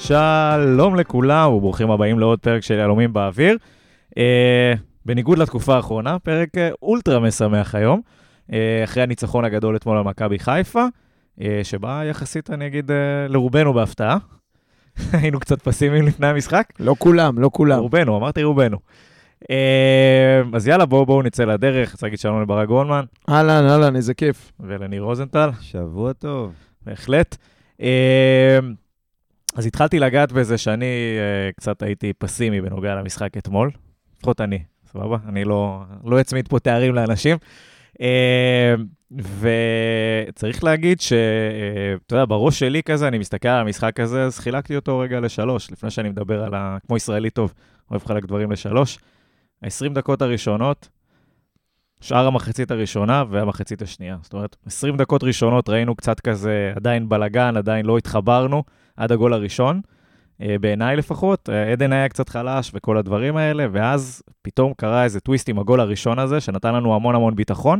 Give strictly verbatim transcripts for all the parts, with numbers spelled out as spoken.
שלום לכולם וברוכים הבאים לעוד פרק של יהלומים באוויר. אה, בניגוד לתקופה האחרונה, פרק אה, אולטרה משמח היום, אה, אחרי הניצחון הגדול אתמול על מכבי חיפה, אה, שבא יחסית, אני אגיד, אה, לרובנו בהפתעה. היינו קצת פסימיים לפני המשחק. לא כולם, לא כולם. רובנו, אמרתי רובנו. אה, אז יאללה, בואו בואו נצא לדרך. צריך להגיד שלום לברק גולדמן. אהלן, אהלן, איזה כיף. ולניר רוזנטל. שבוע טוב. בהחלט. אה, אז התחלתי לגעת בזה שאני uh, קצת הייתי פסימי בנוגע למשחק אתמול. לפחות אני, סבבה? אני לא, לא אצמיד פה תארים לאנשים. Uh, וצריך להגיד ש, uh, אתה יודע, בראש שלי כזה, אני מסתכל על המשחק הזה, אז חילקתי אותו רגע לשלוש, לפני שאני מדבר על ה... כמו ישראלי טוב, אוהב חלק דברים לשלוש. ה-עשרים דקות הראשונות, שאר המחצית הראשונה והמחצית השנייה. זאת אומרת, עשרים דקות ראשונות ראינו קצת כזה, עדיין בלגן, עדיין לא התחברנו. עד הגול הראשון, בעיניי לפחות, עדן היה קצת חלש וכל הדברים האלה, ואז פתאום קרה איזה טוויסט עם הגול הראשון הזה, שנתן לנו המון המון ביטחון,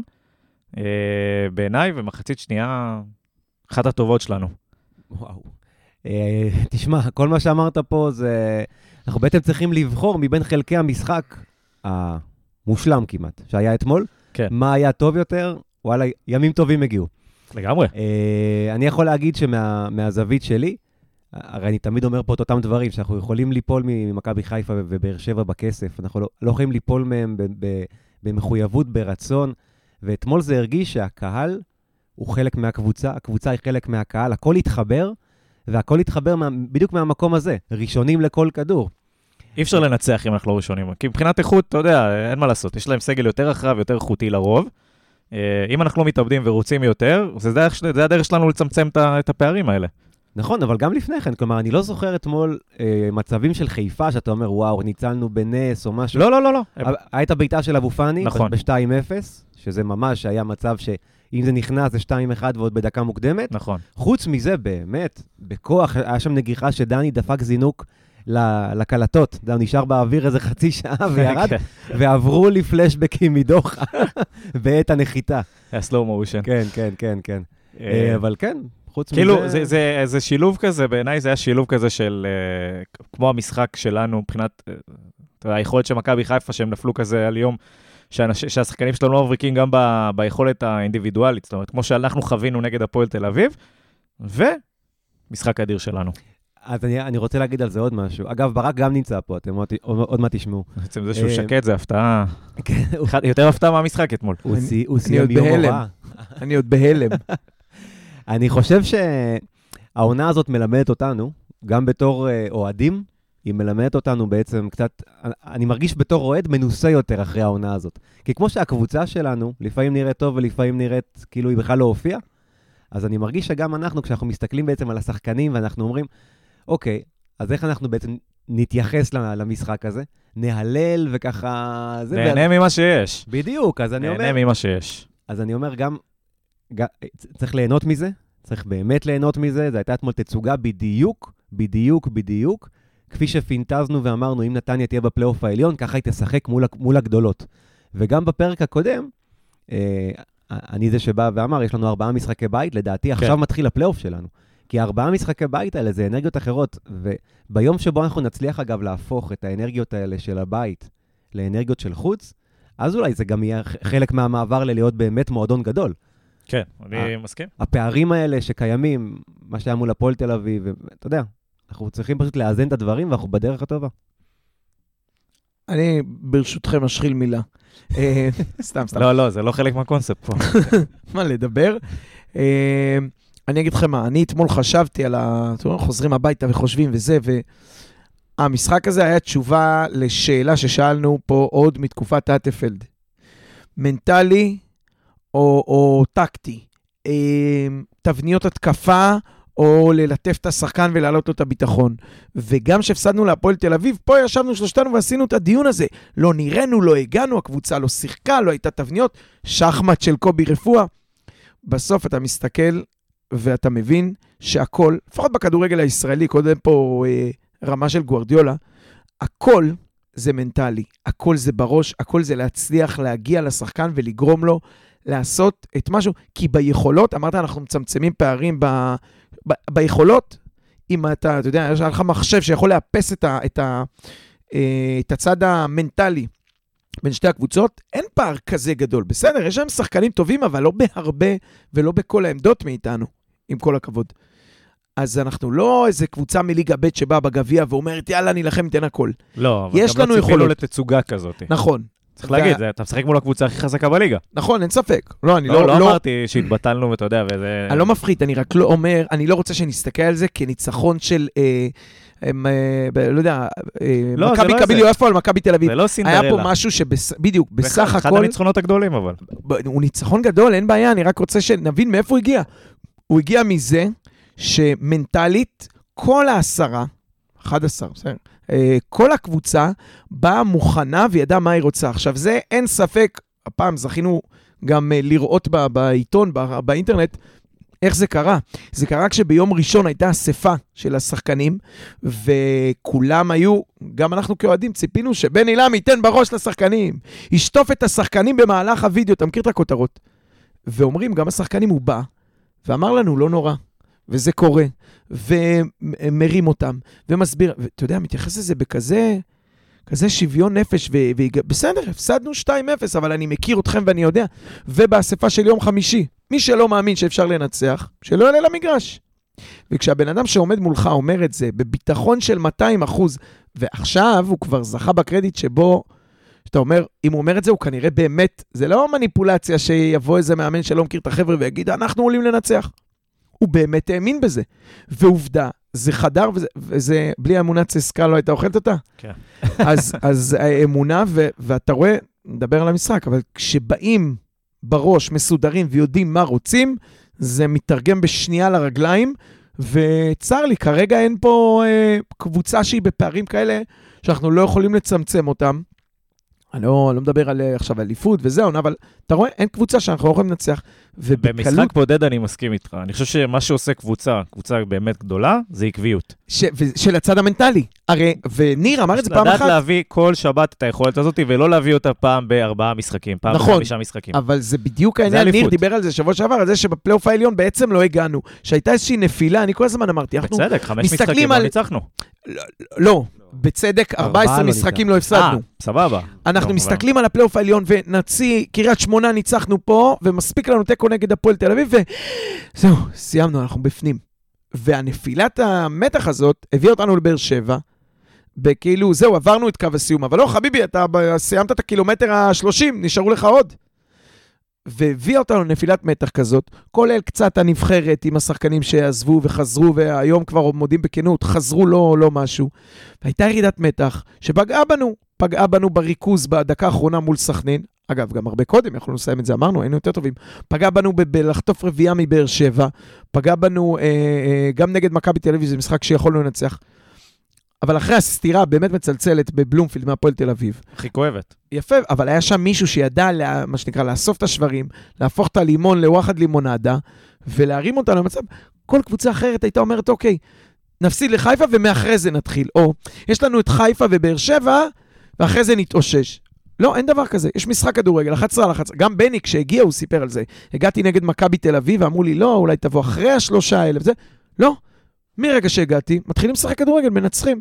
בעיניי, ומחצית שנייה, אחת הטובות שלנו. וואו. תשמע, כל מה שאמרת פה זה, אנחנו בעצם צריכים לבחור מבין חלקי המשחק המושלם כמעט, שהיה אתמול, כן. מה היה טוב יותר, וואלה, ימים טובים הגיעו. לגמרי. אני יכול להגיד שמהזווית שלי, הרי אני תמיד אומר פה את אותם דברים, שאנחנו יכולים ליפול ממכבי חיפה ובאר שבע בכסף, אנחנו לא, לא יכולים ליפול מהם במחויבות, ברצון, ואתמול זה הרגיש שהקהל הוא חלק מהקבוצה, הקבוצה היא חלק מהקהל, הכל התחבר, והכל התחבר מה, בדיוק מהמקום הזה, ראשונים לכל כדור. אי אפשר לנצח אם אנחנו לא ראשונים, כי מבחינת איכות, אתה יודע, אין מה לעשות, יש להם סגל יותר רחב, יותר איכותי לרוב, אם אנחנו לא מתאבדים ורוצים יותר, זה דרך, זה הדרך שלנו לצמצם את הפערים האלה. נכון, אבל גם לפני כן, כלומר, אני לא זוכר אתמול אה, מצבים של חיפה, שאתה אומר, וואו, ניצלנו בנס או משהו. לא, לא, לא, לא. הייתה ביתה של אבו פאני, נכון. ב-שתיים אפס, שזה ממש היה מצב שאם זה נכנס, זה שתיים אחד ועוד בדקה מוקדמת. נכון. חוץ מזה, באמת, בכוח, היה שם נגיחה שדני דפק זינוק לקלטות. הוא נשאר באוויר איזה חצי שעה וירד, ועברו לי פלשבקים מדוחה בעת הנחיתה. היה סלואו מושן. כן, כן, כן, כן. אבל כן. כאילו, זה, זה, זה שילוב כזה, בעיניי זה היה שילוב כזה של, uh, כמו המשחק שלנו, מבחינת, uh, היכולת של מכבי חיפה, שהם נפלו כזה על יום, שאנש, שהשחקנים שלנו לא מבריקים גם ב, ביכולת האינדיבידואלית, זאת אומרת, כמו שאנחנו חווינו נגד הפועל תל אביב, ומשחק אדיר שלנו. אז אני, אני רוצה להגיד על זה עוד משהו. אגב, ברק גם נמצא פה, אתם עוד, עוד מה תשמעו. בעצם זה שהוא שקט, זה הפתעה, יותר הפתעה מהמשחק אתמול. הוא סיים יום הוראה. אני עוד בהלם. אני חושב שהעונה הזאת מלמדת אותנו, גם בתור אוהדים, היא מלמדת אותנו בעצם קצת, אני מרגיש בתור אוהד מנוסה יותר אחרי העונה הזאת. כי כמו שהקבוצה שלנו, לפעמים נראית טוב ולפעמים נראית כאילו היא בכלל לא הופיעה, אז אני מרגיש שגם אנחנו, כשאנחנו מסתכלים בעצם על השחקנים, ואנחנו אומרים, אוקיי, אז איך אנחנו בעצם נתייחס למשחק הזה? נהלל וככה... נהנה ממה שיש. בדיוק, אז אני אומר... נהנה ממה שיש. אז אני אומר גם... צריך ליהנות מזה, צריך באמת ליהנות מזה, זה הייתה אתמול תצוגה בדיוק, בדיוק, בדיוק, כפי שפינטזנו ואמרנו, אם נתניה תהיה בפלייאוף העליון, ככה היא תשחק מול, מול הגדולות. וגם בפרק הקודם, אה, אני זה שבא ואמר, יש לנו ארבעה משחקי בית, לדעתי כן. עכשיו מתחיל הפלייאוף שלנו. כי ארבעה משחקי בית האלה זה אנרגיות אחרות, וביום שבו אנחנו נצליח אגב להפוך את האנרגיות האלה של הבית לאנרגיות של חוץ, אז אולי זה גם יהיה חלק מהמעבר ללהיות באמת מועדון גדול. כן, אני מסכים. הפערים האלה שקיימים, מה שהיה מול הפועל תל אביב, אתה יודע, אנחנו צריכים פשוט לאזן את הדברים, ואנחנו בדרך הטובה. אני ברשותכם אשחיל מילה. סתם, סתם. לא, לא, זה לא חלק מהקונספט פה. מה, לדבר? אני אגיד לכם מה, אני אתמול חשבתי על ה... חוזרים הביתה וחושבים וזה, והמשחק הזה היה תשובה לשאלה ששאלנו פה עוד מתקופת טאטפלד. מנטלי, או, או טקטי, אה, תבניות התקפה, או ללטף את השחקן ולהעלות לו את הביטחון. וגם שהפסדנו להפועל תל אביב, פה ישבנו שלושתנו ועשינו את הדיון הזה. לא נראינו, לא הגענו, הקבוצה לא שיחקה, לא הייתה תבניות, שחמט של קובי רפואה. בסוף אתה מסתכל ואתה מבין שהכל, לפחות בכדורגל הישראלי, קודם פה אה, רמה של גוארדיולה, הכל זה מנטלי, הכל זה בראש, הכל זה להצליח להגיע לשחקן ולגרום לו לעשות את משהו, כי ביכולות, אמרת, אנחנו מצמצמים פערים ב, ב, ביכולות, אם אתה, אתה יודע, יש לך מחשב שיכול לאפס את, ה, את, ה, את הצד המנטלי בין שתי הקבוצות, אין פער כזה גדול. בסדר, יש להם שחקנים טובים, אבל לא בהרבה ולא בכל העמדות מאיתנו, עם כל הכבוד. אז אנחנו לא איזה קבוצה מליגה ב' שבאה בגביע ואומרת, יאללה, נלחם, ניתן הכל. לא, אבל יש גם לנו לא ציפינו יכולות. לתצוגה כזאת. נכון. צריך להגיד, זה, אתה משחק מול הקבוצה הכי חזקה בליגה. נכון, אין ספק. לא, אני לא, לא... לא לא אמרתי שהתבטלנו ואתה יודע, וזה... אני לא מפחית, אני רק לא אומר, אני לא רוצה שנסתכל על זה כניצחון של, אה, אה, לא יודע, אה, לא, מכבי זה לא קביל זה. יפו על מכבי תל אביב. זה לא סינדרלה. היה פה משהו שבדיוק, בסך אחד הכל, הניצחונות הגדולים, אבל. הוא ניצחון גדול, אין בעיה, אני רק רוצה שנבין מאיפה הוא הגיע. הוא הגיע מזה שמנטלית, כל העשרה, אחד עשר, בסדר? כל הקבוצה באה מוכנה וידעה מה היא רוצה. עכשיו, זה אין ספק, הפעם זכינו גם לראות ב- בעיתון, ב- באינטרנט, איך זה קרה. זה קרה כשביום ראשון הייתה אספה של השחקנים, וכולם היו, גם אנחנו כאוהדים ציפינו שבן אילם ייתן בראש לשחקנים, ישטוף את השחקנים במהלך הוידאו, אתה מכיר את הכותרות? ואומרים, גם השחקנים הוא בא, ואמר לנו, לא נורא. וזה קורה, ומרים אותם, ומסביר, ואתה יודע, מתייחס לזה בכזה, כזה שוויון נפש, ובסדר, הפסדנו שתיים אפס, אבל אני מכיר אתכם ואני יודע, ובאספה של יום חמישי, מי שלא מאמין שאפשר לנצח, שלא יעלה למגרש. וכשהבן אדם שעומד מולך אומר את זה, בביטחון של מאתיים אחוז, ועכשיו הוא כבר זכה בקרדיט שבו, שאתה אומר, אם הוא אומר את זה, הוא כנראה באמת, זה לא מניפולציה שיבוא איזה מאמן שלא מכיר את החבר'ה ויגיד, אנחנו עולים לנצח. הוא באמת האמין בזה. ועובדה, זה חדר, וזה, וזה בלי האמונה צסקה לא הייתה אוכלת אותה. כן. אז, אז האמונה, ו, ואתה רואה, נדבר על המשחק, אבל כשבאים בראש מסודרים ויודעים מה רוצים, זה מתרגם בשנייה לרגליים, וצר לי, כרגע אין פה אה, קבוצה שהיא בפערים כאלה, שאנחנו לא יכולים לצמצם אותם. אני לא, לא מדבר על, עכשיו על אליפות וזהו, אבל אתה רואה, אין קבוצה שאנחנו לא יכולים לנצח. ובקלות... במשחק בודד אני מסכים איתך. אני חושב שמה שעושה קבוצה, קבוצה באמת גדולה, זה עקביות. ש... של הצד המנטלי. הרי, וניר אמר את זה פעם אחת. לדעת להביא כל שבת את היכולת הזאת, ולא להביא אותה פעם בארבעה משחקים, פעם נכון, בחמישה משחקים. אבל זה בדיוק העניין. ניר דיבר על זה שבוע שעבר, על זה שבפלייאוף העליון בעצם לא הגענו. שהייתה איזושהי נפילה, אני כל הזמן אמרתי, אנחנו בצדק, חמש משחקים לא ניצחנו. לא, בצדק, ארבעה עשר משחקים לא הפסדנו. סבבה. אנחנו מסתכלים על הפלייאוף העליון ונצי, קריית שמונה ניצחנו פה, ומספיק לנו תיקו נגד הפועל תל אביב, וזהו, סיימנו, אנחנו בפנים. והנפילת המתח הזאת הביאה אותנו לבאר שבע, בכאילו, זהו, עברנו את קו הסיום, אבל לא, חביבי, אתה סיימת את הקילומטר ה-שלושים, נשארו לך עוד. והביאה אותנו נפילת מתח כזאת, כולל קצת הנבחרת עם השחקנים שעזבו וחזרו, והיום כבר מודים בכנות, חזרו לא, לא משהו. והייתה ירידת מתח שפגעה בנו, פגעה בנו בריכוז בדקה האחרונה מול סכנין, אגב, גם הרבה קודם, יכולנו לסיים את זה, אמרנו, היינו יותר טובים, פגעה בנו ב- בלחטוף רביעה מבאר שבע, פגעה בנו אה, אה, גם נגד מכבי תל אביב, זה משחק שיכולנו לנצח. אבל אחרי הסתירה באמת מצלצלת בבלומפילד מהפועל תל אביב. הכי כואבת. יפה, אבל היה שם מישהו שידע, לה, מה שנקרא, לאסוף את השברים, להפוך את הלימון לווחד לימונדה, ולהרים אותנו למצב. כל קבוצה אחרת הייתה אומרת, אוקיי, נפסיד לחיפה ומאחרי זה נתחיל. או, יש לנו את חיפה ובאר שבע, ואחרי זה נתאושש. לא, אין דבר כזה. יש משחק כדורגל, אחת עשרה על אחת עשרה. גם בני, כשהגיע, הוא סיפר על זה. הגעתי נגד מכבי תל אביב, ואמרו לי, לא, אולי תבוא אחרי השלושה האלה, וזה. לא. מרגע שהגעתי, מתחילים לשחק כדורגל, מנצחים.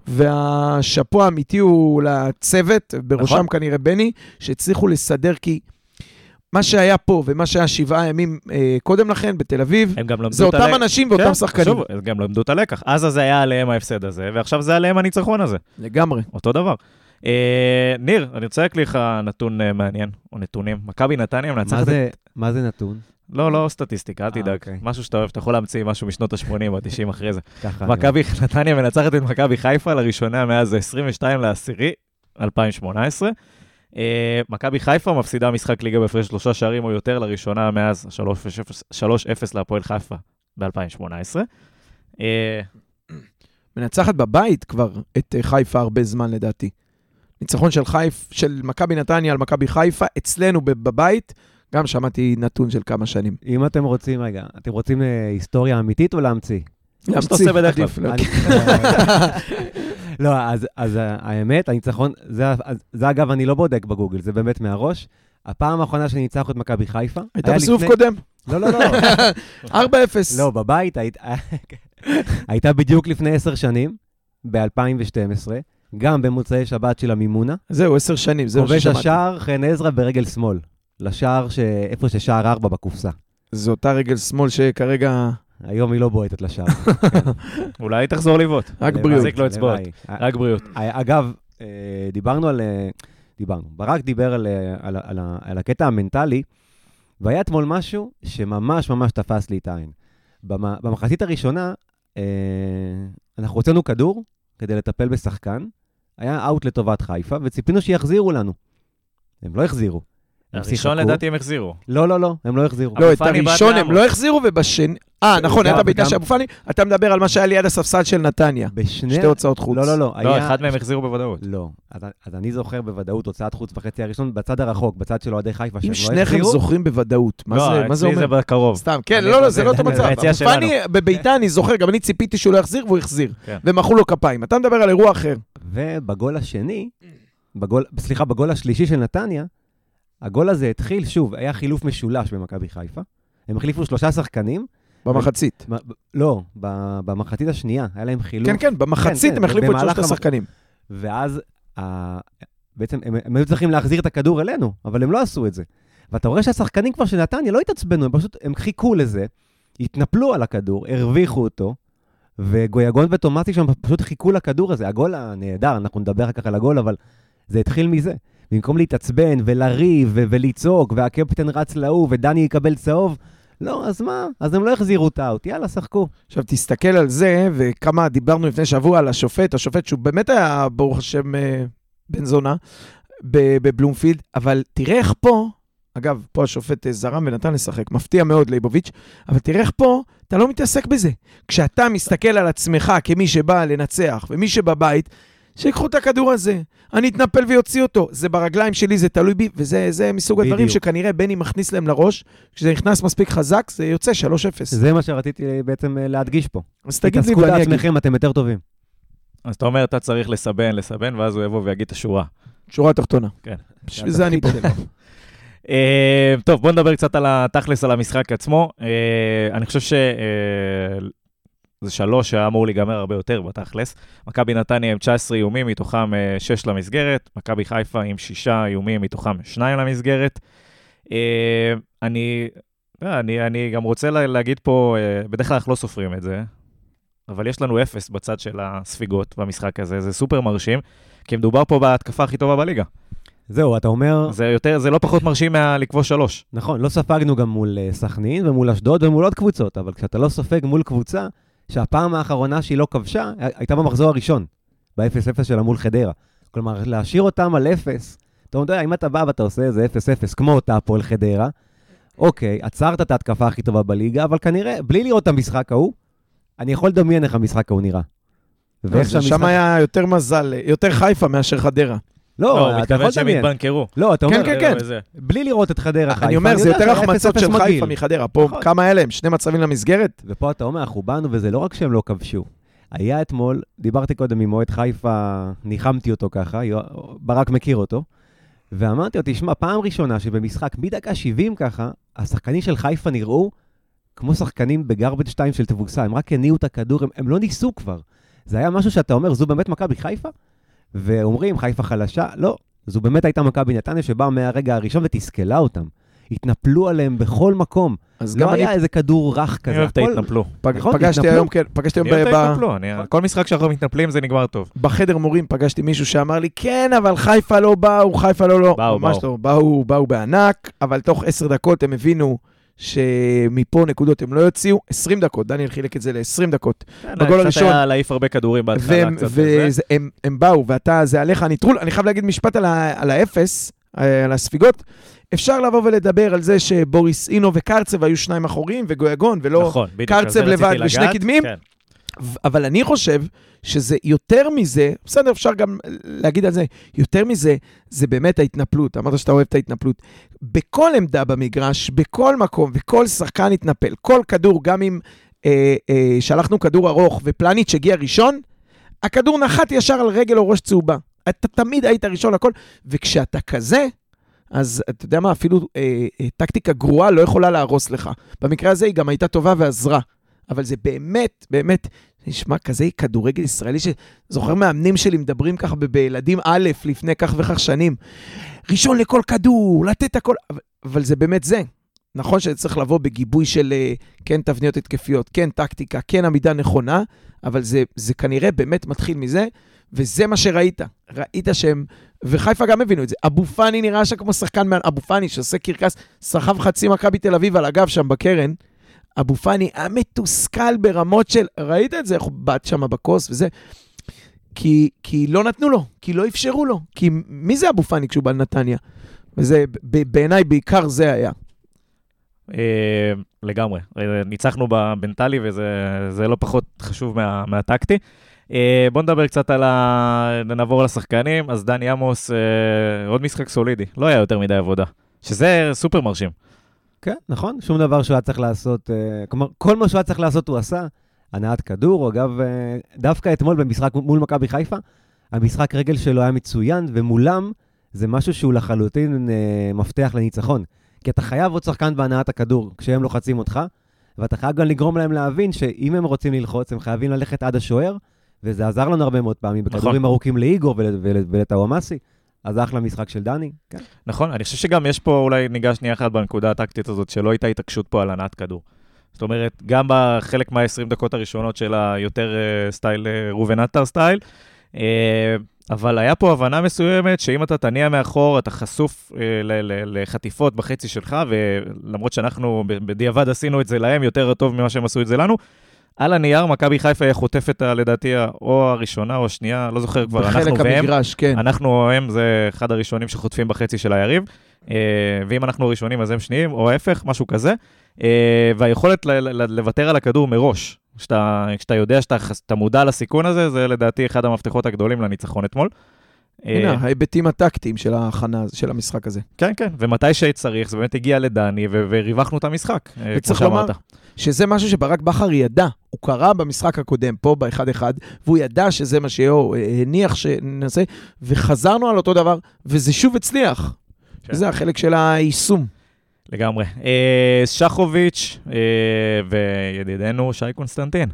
והשפוע האמיתי הוא לצוות, בראשם נכון. כנראה בני, שהצליחו לסדר, כי מה שהיה פה ומה שהיה שבעה ימים אה, קודם לכן בתל אביב, זה אותם הלק... אנשים ואותם כן, שחקנים. שוב, הם גם למדו את הלקח. אז זה היה עליהם ההפסד הזה, ועכשיו זה עליהם הניצחון הזה. לגמרי. אותו דבר. אה, ניר, אני רוצה להקליח לך נתון אה, מעניין, או נתונים. מכבי נתניה מנצחת... מה זה, מה זה נתון? לא, לא סטטיסטיקה, אל תדאג. אוקיי. משהו שאתה אוהב, אתה יכול להמציא משהו משנות ה-שמונים או ה-תשעים אחרי זה. מכבי נתניה מנצחת את מכבי חיפה לראשונה מאז עשרים ושתיים לעשירי אלפיים שמונה עשרה. מכבי חיפה מפסידה משחק ליגה בהפרש שלושה שערים או יותר לראשונה מאז שלוש אפס להפועל חיפה ב-אלפיים שמונה עשרה. מנצחת בבית כבר את חיפה הרבה זמן לדעתי. ניצחון של חיפה, של מכבי נתניה על מכבי חיפה, אצלנו בבית, גם שמעתי נתון של כמה שנים. אם אתם רוצים, רגע, אתם רוצים היסטוריה אמיתית או להמציא? להמציא, עדיף. לא, אז האמת, הניצחון, זה אגב אני לא בודק בגוגל, זה באמת מהראש. הפעם האחרונה שניצחנו את מכבי חיפה. הייתה בסיבוב קודם. לא, לא, לא. ארבע אפס. לא, בבית, הייתה בדיוק לפני עשר שנים, ב-אלפיים ושתים עשרה, גם במוצאי שבת של המימונה. זהו, עשר שנים, זהו כובש השער חן עזרא ברגל שמאל, לשער איפה ששער ארבע בקופסה. זו אותה רגל שמאל שכרגע... היום היא לא בועטת לשער. אולי תחזור לבעוט. רק בריאות. תחזיק לו אצבעות. רק בריאות. אגב, דיברנו על... דיברנו. ברק דיבר על, על, על, על הקטע המנטלי, והיה אתמול משהו שממש ממש תפס לי את העין. במחצית הראשונה, אנחנו הוצאנו כדור כדי לטפל בשחקן, היה אאוט לטובת חיפה, וציפינו שיחזירו לנו. הם לא החזירו. הראשון לדעתי הם החזירו. לא, לא, לא, הם לא החזירו. לא, את הראשון הם לא החזירו, ובשני... אה, נכון, הייתה בעיטה של אבו פאני, אתה מדבר על מה שהיה ליד הספסל של נתניה. בשני... שתי הוצאות חוץ. לא, לא, לא. לא, אחד מהם החזירו בוודאות. לא. אז אני זוכר בוודאות הוצאת חוץ בחצי הראשון, בצד הרחוק, בצד של אוהדי חיפה, אם שניכם זוכרים בוודאות, מה זה אומר? לא, אצלי זה בקרוב. סתם, כן, לא, לא, זה לא אותו מצב. אבו פאני, בביתה אני זוכר, גם אני ציפיתי שהוא לא יחזיר, והוא יחזיר. ומחאו לו כפיים. אתה מדבר על אירוע אחר. ובגול השני, סליחה, בגול השלישי של נתניה, הגול הזה התחיל, שוב, היה חילוף משולש במכבי חיפה. הם החליפו שלושה שחקנים. במחצית. לא, במחצית השנייה, היה להם חילוף. כן, כן, במחצית הם החליפו את שלושת השחקנים. ואז, בעצם, הם היו צריכים להחזיר את הכדור אלינו, אבל הם לא עשו את זה. ואתה רואה שהשחקנים כבר של נתניה לא התעצבנו, הם פשוט, הם חיכו לזה, התנפלו על הכדור, הרוויחו אותו, וגויגון וטומאטי שם פשוט חיכו לכדור הזה. הגול הנהדר, אנחנו נדבר אחר כך על הגול, אבל זה התחיל מזה. במקום להתעצבן ולריב ו- ולצעוק, והקפטן רץ להוא ודני יקבל צהוב, לא, אז מה? אז הם לא החזירו את האוט, יאללה, שחקו. עכשיו תסתכל על זה, וכמה דיברנו לפני שבוע על השופט, השופט שהוא באמת היה ברוך השם בן זונה, בבלומפילד, אבל תראה איך פה, אגב, פה השופט זרם ונתן לשחק, מפתיע מאוד ליבוביץ', אבל תראה איך פה, אתה לא מתעסק בזה. כשאתה מסתכל על עצמך כמי שבא לנצח, ומי שבבית, שיקחו את הכדור הזה, אני אתנפל ויוציא אותו, זה ברגליים שלי, זה תלוי בי, וזה זה מסוג בדיוק. הדברים שכנראה בני מכניס להם לראש, כשזה נכנס מספיק חזק, זה יוצא שלוש אפס. זה מה שרציתי בעצם להדגיש פה. אז תגיד לי, ואני אגיד. עצמכם, אתם יותר טובים. אז אתה אומר, אתה צריך לסבן, לסבן, ואז הוא יבוא ויגיד את השורה. שורה תחתונה. כן. בשביל זה אני פה. טוב, בוא נדבר קצת על התכלס, על המשחק עצמו. אני חושב ש... זה שלוש שאמור להיגמר הרבה יותר בתכלס. מכבי נתניה עם תשע עשרה איומים, מתוכם שש למסגרת. מכבי חיפה עם שישה איומים, מתוכם שניים למסגרת. אני, אני, אני גם רוצה להגיד פה, בדרך כלל אנחנו לא סופרים את זה, אבל יש לנו אפס בצד של הספיגות במשחק הזה. זה סופר מרשים, כי מדובר פה בהתקפה הכי טובה בליגה. זהו, אתה אומר... זה יותר, זה לא פחות מרשים מהלקבוע שלוש. נכון, לא ספגנו גם מול סכנין ומול אשדוד ומול עוד קבוצות, אבל כשאתה לא סופג מול קבוצה, שהפעם האחרונה שהיא לא כבשה, הייתה במחזור הראשון, ב-אפס אפס שלה מול חדרה. כלומר, להשאיר אותם על אפס, אתה יודע, אם אתה בא ואתה עושה איזה אפס אפס, כמו אותה פועל חדרה, אוקיי, עצרת את ההתקפה הכי טובה בליגה, אבל כנראה, בלי לראות את המשחק ההוא, אני יכול לדמיין איך המשחק ההוא נראה. שם היה יותר מזל, יותר חיפה מאשר חדרה. לא, אתה יכול שהם התבנקרו. לא, אתה אומר, כן, כן, כן. בלי לראות את חדרה חיפה. אני אומר, זה יותר החמצות של חיפה מחדרה. פה כמה אלה הם? שני מצבים למסגרת? ופה אתה אומר, אנחנו באנו, וזה לא רק שהם לא כבשו. היה אתמול, דיברתי קודם עם מועד חיפה, ניחמתי אותו ככה, ברק מכיר אותו, ואמרתי לו, תשמע, פעם ראשונה שבמשחק, מדקה שבעים ככה, השחקנים של חיפה נראו כמו שחקנים בגרבג' שתיים של תבוסה, הם רק הניעו את הכדור, הם לא ניסו כבר. זה היה משהו שאתה אומר, זו באמת מכבי חיפה? ואומרים, חיפה חלשה, לא, זו באמת הייתה מכבי נתניה שבאה מהרגע הראשון ותסכלה אותם. התנפלו עליהם בכל מקום. לא היה איזה כדור רך כזה. אני אוהב את ההתנפלו. פגשתי היום, כן, פגשתי היום... אני אוהב את ההתנפלו, כל משחק שאנחנו מתנפלים זה נגמר טוב. בחדר מורים פגשתי מישהו שאמר לי, כן, אבל חיפה לא באו, חיפה לא לא. באו, באו. באו, באו בענק, אבל תוך עשר דקות הם הבינו שמפה נקודות הם לא יוציאו, עשרים דקות, דניאל חילק את זה ל-עשרים דקות. בגול הראשון. קצת היה להעיף הרבה כדורים בהתחלה קצת. והם באו, ואתה, זה עליך הניטרול. אני חייב להגיד משפט על האפס, על הספיגות. אפשר לבוא ולדבר על זה שבוריס אינו וקרצב היו שניים אחוריים, וגויגון, ולא קרצב לבד ושני קדמים. אבל אני חושב שזה יותר מזה, בסדר, אפשר גם להגיד על זה, יותר מזה, זה באמת ההתנפלות. אמרת שאתה אוהב את ההתנפלות. בכל עמדה במגרש, בכל מקום, וכל שחקן התנפל, כל כדור, גם אם אה, אה, שלחנו כדור ארוך ופלניץ' הגיע ראשון, הכדור נחת ישר על רגל או ראש צהובה. אתה תמיד היית ראשון לכל, וכשאתה כזה, אז אתה יודע מה, אפילו אה, אה, טקטיקה גרועה לא יכולה להרוס לך. במקרה הזה היא גם הייתה טובה ועזרה. אבל זה באמת, באמת, נשמע כזה כדורגל ישראלי, שזוכר מאמנים שלי מדברים ככה בילדים א' לפני כך וכך שנים, ראשון לכל כדור, לתת הכל, אבל זה באמת זה. נכון שצריך לבוא בגיבוי של כן תבניות התקפיות, כן טקטיקה, כן עמידה נכונה, אבל זה, זה כנראה באמת מתחיל מזה, וזה מה שראית. ראית שהם, וחיפה גם הבינו את זה. אבו פני נראה שכמו שחקן, אבו פני שעושה קרקס, סחב חצי מכבי תל אביב על הגב שם בקרן, אבו פני היה מתוסכל ברמות של, ראית את זה, איך הוא באת שם בקוס וזה, כי, כי לא נתנו לו, כי לא אפשרו לו, כי מי זה אבו פני כשהוא בא לנתניה? וזה בעיניי בעיקר זה היה. לגמרי, ניצחנו בבנטלי וזה לא פחות חשוב מה, מהטקטי. בוא נדבר קצת על ה... נעבור לשחקנים, אז דני עמוס, עוד משחק סולידי, לא היה יותר מדי עבודה, שזה סופר מרשים. כן, נכון, שום דבר שהוא היה צריך לעשות, כלומר, כל מה שהוא היה צריך לעשות הוא עשה, הנעת כדור, אגב, דווקא אתמול במשחק מול מכבי חיפה, המשחק רגל שלו היה מצוין, ומולם זה משהו שהוא לחלוטין מפתח לניצחון. כי אתה חייב עוד שחקן בהנעת הכדור כשהם לוחצים אותך, ואתה חייב גם לגרום להם להבין שאם הם רוצים ללחוץ, הם חייבים ללכת עד השוער, וזה עזר לנו הרבה מאוד פעמים, נכון. בכדורים ארוכים לאיגור ול, ול, ולטאוואמאסי, אז אחלה משחק של דני. כן. נכון, אני חושב שגם יש פה, אולי ניגש שנייה אחת בנקודה הטקטית הזאת, שלא הייתה התעקשות פה על הנעת כדור. זאת אומרת, גם בחלק מה-עשרים דקות הראשונות של היותר סטייל, רובן עטר סטייל, אבל היה פה הבנה מסוימת שאם אתה תניע מאחור, אתה חשוף לחטיפות בחצי שלך, ולמרות שאנחנו בדיעבד עשינו את זה להם יותר טוב ממה שהם עשו את זה לנו, על הנייר, מכבי חיפה היה חוטפת לדעתי או הראשונה או השנייה, לא זוכר כבר, אנחנו והם, המגרש, כן. אנחנו או הם, זה אחד הראשונים שחוטפים בחצי של היריב, ואם אנחנו ראשונים אז הם שניים, או ההפך, משהו כזה, והיכולת לוותר על הכדור מראש, כשאתה, כשאתה יודע שאתה, שאתה מודע לסיכון הזה, זה לדעתי אחד המפתחות הגדולים לניצחון אתמול. הנה, ההיבטים הטקטיים של ההכנה, של המשחק הזה. כן, כן, ומתי שצריך, זה באמת הגיע לדני, וריווחנו את המשחק, כמו שאמרת. שזה משהו שברק בכר ידע, הוא קרא במשחק הקודם, פה ב-אחד אחד, והוא ידע שזה מה שהוא הניח שנעשה, וחזרנו על אותו דבר, וזה שוב הצליח. כן. זה החלק של היישום. לגמרי. שחוביץ' וידידנו שי קונסטנטין.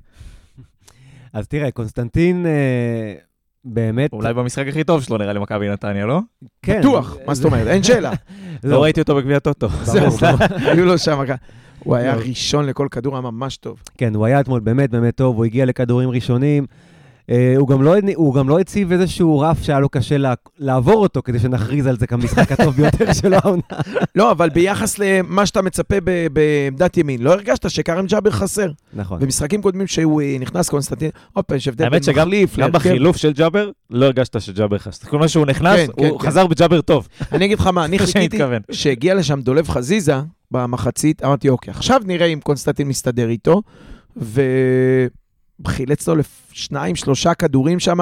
אז תראה, קונסטנטין באמת... אולי במשחק הכי טוב שלו נראה לי מכבי נתניה, לא? כן. בטוח, מה זאת אומרת? אין שאלה. לא ראיתי אותו בגביע טוטו. זהו, היו לו שם. הוא היה ראשון לכל כדור, היה ממש טוב. כן, הוא היה אתמול באמת באמת טוב, הוא הגיע לכדורים ראשונים, הוא גם לא, הוא גם לא הציב איזשהו רף שהיה לו קשה לעבור אותו, כדי שנכריז על זה כמשחק הטוב ביותר שלו העונה. לא, אבל ביחס למה שאתה מצפה בעמדת ימין, לא הרגשת שקרם ג'אבר חסר. נכון. במשחקים קודמים שהוא נכנס קונסטנטין, אופה, יש הבדל בין מחליף. גם בחילוף של ג'אבר, לא הרגשת שג'אבר חסר. כל מה שהוא נכנס, הוא חזר בג'אבר טוב. אני אגיד לך מה, אני חיכיתי שהגיע לשם דולב חזיזה במחצית, אמרתי, אוקיי, עכשיו נראה אם קונסטנטין מסתדר איתו, ו... חילץ לו לשניים, שלושה כדורים שם,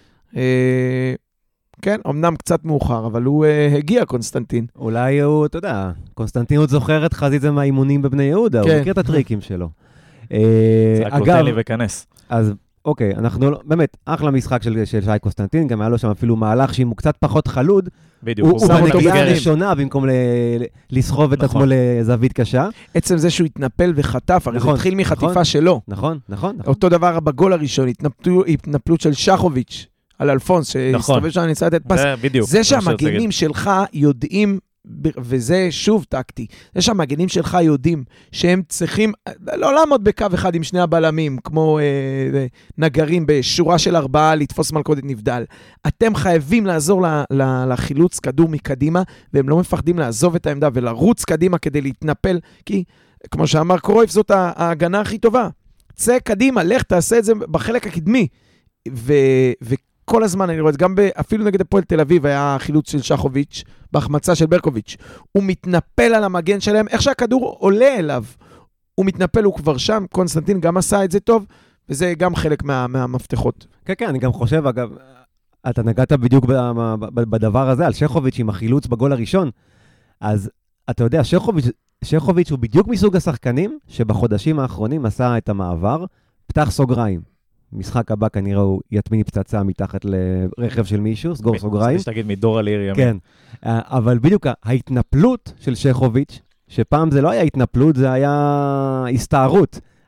אה, כן, אמנם קצת מאוחר, אבל הוא אה, הגיע, קונסטנטין. אולי הוא, אתה יודע, קונסטנטין עוד זוכר את חזיזה מהאימונים בבני יהודה, כן. הוא מכיר את הטריקים שלו. זה רק נותן לי וכנס. אז אוקיי, אנחנו, באמת, אחלה משחק של, של שי קונסטנטין, גם היה לו שם אפילו מהלך שאם הוא קצת פחות חלוד, בדיוק, הוא, הוא בנגיעה הראשונה, במקום ל, לסחוב את עצמו לזווית קשה. עצם זה שהוא התנפל וחטף, הרי נכון, זה התחיל מחטיפה נכון, שלו. נכון, נכון. אותו דבר בגול הראשון, התנפלו, התנפלות של שחוביץ' על אלפונס, שהסתובב שם ניסה לתת פס. זה בדיוק. זה שהמגנים שלך יודעים, וזה שוב טקטי, זה שהמגנים שלך יודעים שהם צריכים לא לעמוד בקו אחד עם שני הבלמים, כמו אה, נגרים בשורה של ארבעה, לתפוס מלכודת נבדל. אתם חייבים לעזור ל, ל, לחילוץ כדור מקדימה, והם לא מפחדים לעזוב את העמדה ולרוץ קדימה כדי להתנפל, כי כמו שאמר קרויף, זאת ההגנה הכי טובה. צא קדימה, לך תעשה את זה בחלק הקדמי. ו... ו כל הזמן אני רואה את זה, גם אפילו נגד הפועל תל אביב היה חילוץ של שחוביץ' בהחמצה של ברקוביץ'. הוא מתנפל על המגן שלהם, איך שהכדור עולה אליו. הוא מתנפל, הוא כבר שם, קונסטנטין גם עשה את זה טוב, וזה גם חלק מה, מהמפתחות. כן, כן, אני גם חושב, אגב, אתה נגעת בדיוק בדבר הזה, על שחוביץ' עם החילוץ בגול הראשון, אז אתה יודע, שחוביץ', שחוביץ' הוא בדיוק מסוג השחקנים, שבחודשים האחרונים עשה את המעבר, פתח סוגריים. משחק הבא כנראה הוא יטמין פצצה מתחת לרכב של מישהו, סגור סוגריים. זה שתגיד מדור על עיר ימין. כן, אבל בדיוק ההתנפלות של שחוביץ', שפעם זה לא היה התנפלות, זה היה הסתערות.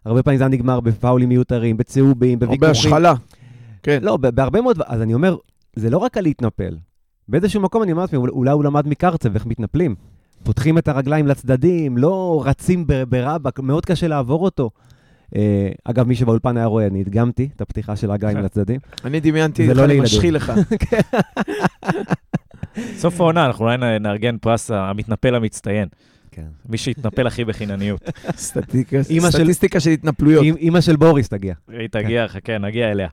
הרבה פעמים זה נגמר בפאולים מיותרים, בצהובים, בוויכוחים. או בהשחלה. כן. לא, בהרבה מאוד, אז אני אומר, זה לא רק על להתנפל. באיזשהו מקום אני אומר לעצמי, אולי הוא למד מקרצב, איך מתנפלים. פותחים את הרגליים לצדדים, לא רצים ברבק, מאוד קשה לעבור אותו. אגב, מי שבאולפן היה רואה, אני הדגמתי את הפתיחה של הרגליים לצדדים. אני דמיינתי לך, אני משחיל לך. סוף העונה, אנחנו אולי נארגן פרס המתנפל המצטיין. כן. מי שהתנפל הכי בחינניות. סטטיסטיקה של התנפלויות. אמא של בוריס תגיע. היא תגיע, חכה, נגיע אליה.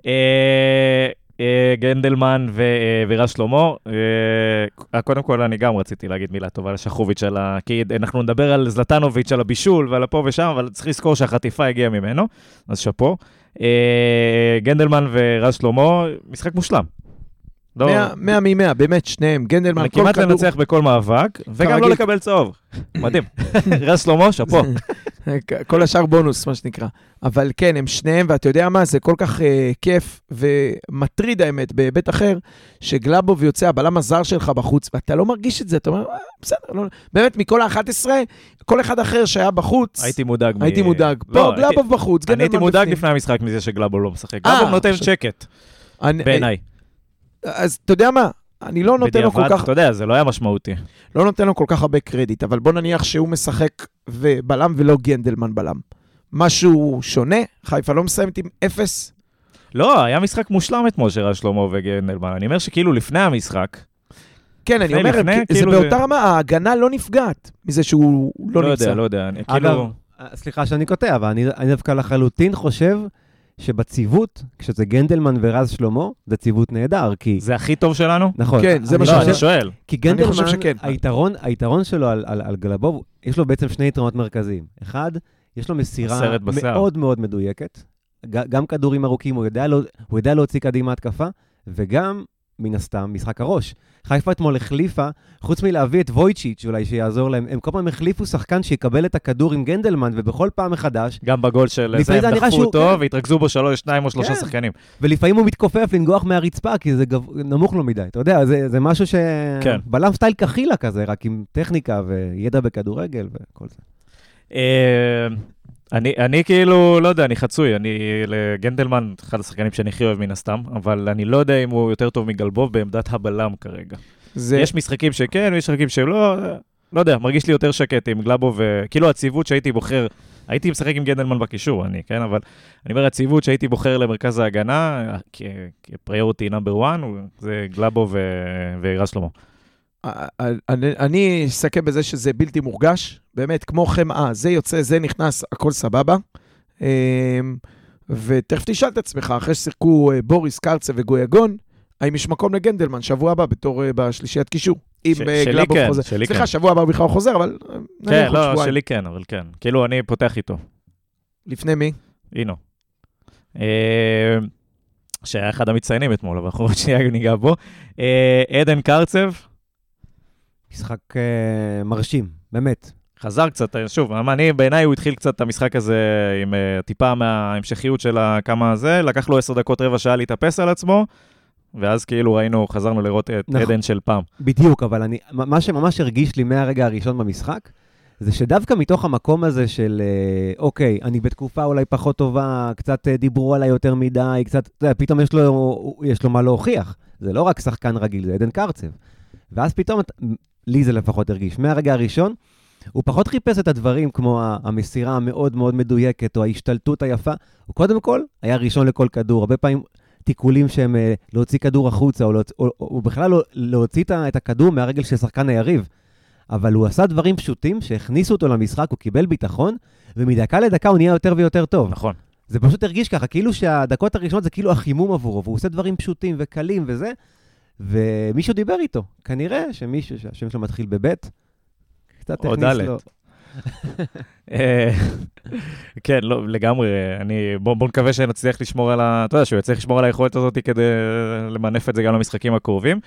גנדלמן ורז שלמה. קודם כל, אני גם רציתי להגיד מילה טובה לשחוביץ' על ה... כי אנחנו נדבר על זלטנוביץ' על הבישול ועל הפה ושם, אבל צריך לזכור שהחטיפה הגיעה ממנו, אז שפו. גנדלמן ורז שלמה, משחק מושלם. מאה ממאה, באמת שניהם, גנדלמן, כל כדור. כמעט לנצח בכל מאבק, וגם לא לקבל צהוב. מדהים. רז שלמה, שפו. כל השאר בונוס, מה שנקרא. אבל כן, הם שניהם, ואתה יודע מה, זה כל כך uh, כיף ומטריד האמת, בהיבט אחר, שגלאבוב יוצא, הבלם הזר שלך בחוץ, ואתה לא מרגיש את זה, אתה אומר, אה, בסדר, לא, באמת, מכל ה-אחת עשרה, כל אחד אחר שהיה בחוץ, הייתי מודאג. הייתי מ... מודאג. לא, פה, גלאבוב הייתי... בחוץ, אני הייתי מודאג לפני המשחק מזה שגלאבוב לא משחק. גלאבוב נותן שקט, אני... בעיניי. אז אתה יודע מה? אני לא נותן לו כל כך... אתה יודע, זה לא היה משמעותי. לא נותן לו כל כך הרבה קרדיט, אבל בוא נניח שהוא משחק ובלם ולא גנדלמן בלם. משהו שונה? חיפה לא מסיימת עם אפס? לא, היה משחק מושלם אתמול של רז שלמה וגנדלמן. אני אומר שכאילו לפני המשחק... כן, אני אומר, זה באותה רמה, ההגנה לא נפגעת מזה שהוא לא נמצא. לא יודע, לא יודע. אגב, סליחה שאני קוטע, אבל אני דווקא לחלוטין חושב... שבציוות, כשזה גנדלמן ורז שלמה, זה ציוות נהדר, כי... זה הכי טוב שלנו? נכון. כן, זה מה שאני שואל. כי גנדלמן, היתרון, היתרון שלו על, על, על גלאבוב, יש לו בעצם שני יתרונות מרכזיים. אחד, יש לו מסירה מאוד מאוד מדויקת, גם כדורים ארוכים, הוא יודע, הוא יודע להוציא קדימה התקפה, וגם, מן הסתם, משחק הראש. חיפה אתמול החליפה, חוץ מלהביא את וויצ'יץ' אולי שיעזור להם, הם כל פעם החליפו שחקן שיקבל את הכדור עם גנדלמן, ובכל פעם מחדש... גם בגול של זה, הם דחפו אותו, והתרכזו בו שלוש, שניים או שלושה שחקנים. ולפעמים הוא מתכופף לנגוח מהרצפה, כי זה נמוך לו מדי. אתה יודע, זה משהו ש... בלם סטייל כחילה כזה, רק עם טכניקה וידע בכדורגל וכל זה. אני, אני כאילו, לא יודע, אני חצוי, אני לגנדלמן, אחד השחקנים שאני הכי אוהב מן הסתם, אבל אני לא יודע אם הוא יותר טוב מגלבוב בעמדת הבלם כרגע. זה... יש משחקים שכן, ויש משחקים שלא, לא יודע, מרגיש לי יותר שקט עם גלאבוב, כאילו הציוות שהייתי בוחר, הייתי משחק עם גנדלמן בקישור, אני, כן, אבל אני אומר, הציוות שהייתי בוחר למרכז ההגנה, כפריוריטי נאמבר אחת, זה גלאבוב ורז שלמה. אני, אני אסכם בזה שזה בלתי מורגש, באמת, כמו חמאה, זה יוצא, זה נכנס, הכל סבבה. ותכף תשאל את עצמך, אחרי ששיחקו בוריס, קרצה וגויגון, האם יש מקום לגנדלמן שבוע הבא, בתור בשלישיית קישור. אם גלאבוב חוזר. סליחה, שבוע הבא בכלל חוזר, אבל... כן, לא, שלי כן, אבל כן. כאילו, אני פותח איתו. לפני מי? אינו. שהיה אחד המציינים אתמול, אבל אנחנו עוד שנייה ניגע בו. עדן קרצב, משחק uh, מרשים, באמת. חזר קצת, שוב, אני, בעיניי הוא התחיל קצת את המשחק הזה עם uh, טיפה מההמשכיות של כמה זה, לקח לו עשר דקות רבע שעה להתאפס על עצמו, ואז כאילו ראינו, חזרנו לראות את נכון. עדן של פעם. בדיוק, אבל אני, מה שממש הרגיש לי מהרגע הראשון במשחק, זה שדווקא מתוך המקום הזה של, uh, אוקיי, אני בתקופה אולי פחות טובה, קצת uh, דיברו עליי יותר מדי, קצת, אתה יודע, פתאום יש לו, יש לו מה להוכיח. זה לא רק שחקן רגיל, זה עדן קרצב. ואז פתאום... לי זה לפחות הרגיש. מהרגע הראשון, הוא פחות חיפש את הדברים כמו המסירה המאוד מאוד מדויקת, או ההשתלטות היפה. הוא קודם כל היה ראשון לכל כדור. הרבה פעמים תיקולים שהם להוציא כדור החוצה, או, או, או, או בכלל לא, להוציא את הכדור מהרגל של שחקן היריב. אבל הוא עשה דברים פשוטים שהכניסו אותו למשחק, הוא קיבל ביטחון, ומדקה לדקה הוא נהיה יותר ויותר טוב. נכון. זה פשוט הרגיש ככה, כאילו שהדקות הראשונות זה כאילו החימום עבורו, והוא עושה דברים פשוטים וקלים וזה, ומישהו דיבר איתו. כנראה שמישהו, שהשם שלו מתחיל בבית, קצת תכניס לו. כן, לא, לגמרי. בוא נקווה שנצליח לשמור על ה... אתה יודע, שהוא יצליח לשמור על היכולת הזאת כדי למנף את זה גם למשחקים הקרובים.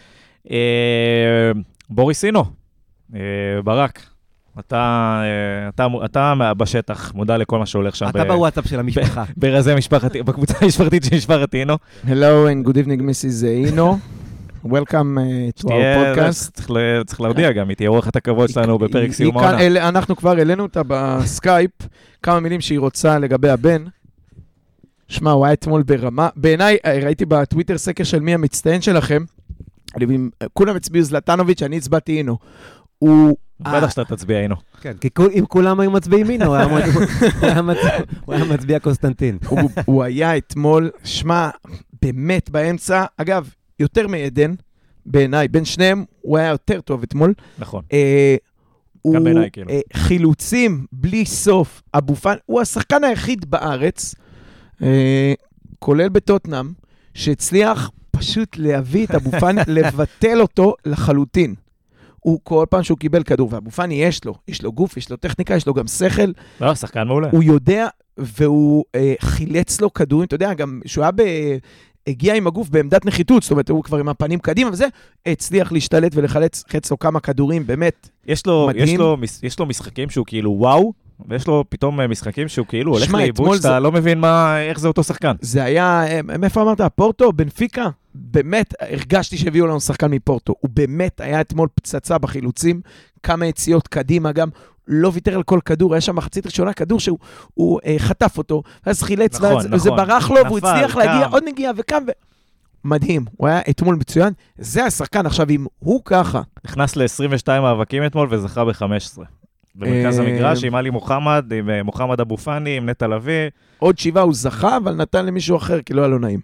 בוריס אינו, ברק, אתה, אתה, אתה בשטח, מודע לכל מה שהולך שם. אתה בוואטסאפ של המשפחה. ברזי המשפחתי, בקבוצה המשפחתית של משפחת אינו. Hello and good evening, מיסיס אינו. Welcome uh, to our podcast. צריך להודיע גם, היא תהיה אורחת הכבוד שלנו בפרק סיום העונה. אנחנו כבר העלינו אותה בסקייפ, כמה מילים שהיא רוצה לגבי הבן. שמע, הוא היה אתמול ברמה, בעיניי, ראיתי בטוויטר סקר של מי המצטיין שלכם, כולם הצביעו זלטנוביץ', אני הצבעתי אינו. הוא... בטח שאתה תצביע אינו. כן, כי אם כולם היו מצביעים אינו, הוא היה מצביע קונסטנטין. הוא היה אתמול, שמע, באמת באמצע, אגב, יותר מעדן, בעיניי, בין שניהם, הוא היה יותר טוב אתמול. נכון. גם בעיניי, כאילו. חילוצים בלי סוף, אבו פאני, הוא השחקן היחיד בארץ, כולל בטוטנאם, שהצליח פשוט להביא את אבו פאני, לבטל אותו לחלוטין. הוא כל פעם שהוא קיבל כדור, ואבו פאני יש לו, יש לו גוף, יש לו טכניקה, יש לו גם שכל. לא, שחקן מעולה. הוא יודע, והוא אה, חילץ לו כדורים, אתה יודע, גם שהוא היה ב... הגיע עם הגוף בעמדת נחיתות, זאת אומרת, הוא כבר עם הפנים קדימה, וזה הצליח להשתלט ולחלץ חץ לו כמה כדורים, באמת יש לו, מדהים. יש לו, יש לו משחקים שהוא כאילו וואו, ויש לו פתאום משחקים שהוא כאילו הולך לאיבוד, שאתה זה... לא מבין מה, איך זה אותו שחקן. זה היה, מאיפה אמרת, פורטו, בנפיקה? באמת, הרגשתי שהביאו לנו שחקן מפורטו. הוא באמת היה אתמול פצצה בחילוצים, כמה יציאות קדימה גם, לא ויתר על כל כדור, היה שם מחצית ראשונה כדור שהוא הוא, אה, חטף אותו, ואז חילץ, נכון, ואז, נכון, וזה ברח לו, נפל, והוא הצליח קם. להגיע, עוד נגיע וקם, ו... מדהים, הוא היה אתמול מצוין, זה השחקן, עכשיו אם הוא ככה. נכנס ל-עשרים ושתיים מאבקים אתמול וזכה ב-חמש עשרה. במרכז המגרש, עם עלי מוחמד, עם מוחמד אבו פאני, עם נטע לביא. עוד שבעה הוא זכה, אבל נתן למישהו אחר, כי לא היה לו נעים.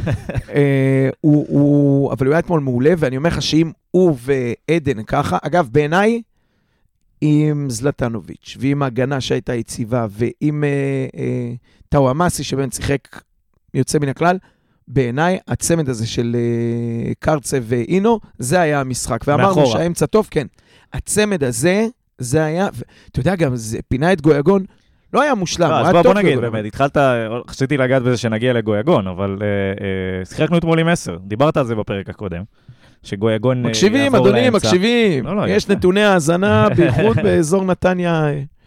אבל הוא היה אתמול מעולה, ואני אומר לך שאם הוא ועדן ככה, אגב, בעיניי, עם זלטנוביץ', ועם ההגנה שהייתה יציבה, ועם טאוואמאסי, שבאמת שיחק יוצא מן הכלל, בעיניי, הצמד הזה של קרצה ואינו, זה היה המשחק. ואמרנו שהאמצע טוב, כן. הצמד הזה, זה היה, אתה יודע גם, זה פינה את גויגון, לא היה מושלם, לא, אז בוא, בוא נגיד, באמת, התחלת, חשבתי לגעת בזה שנגיע לגויגון, אבל שיחקנו אתמול עם עשר, דיברת על זה בפרק הקודם, שגויגון מקשיבים, אדוני, מקשיבים, לא, לא, יש יפה. נתוני האזנה, בייחוד באזור נתניה,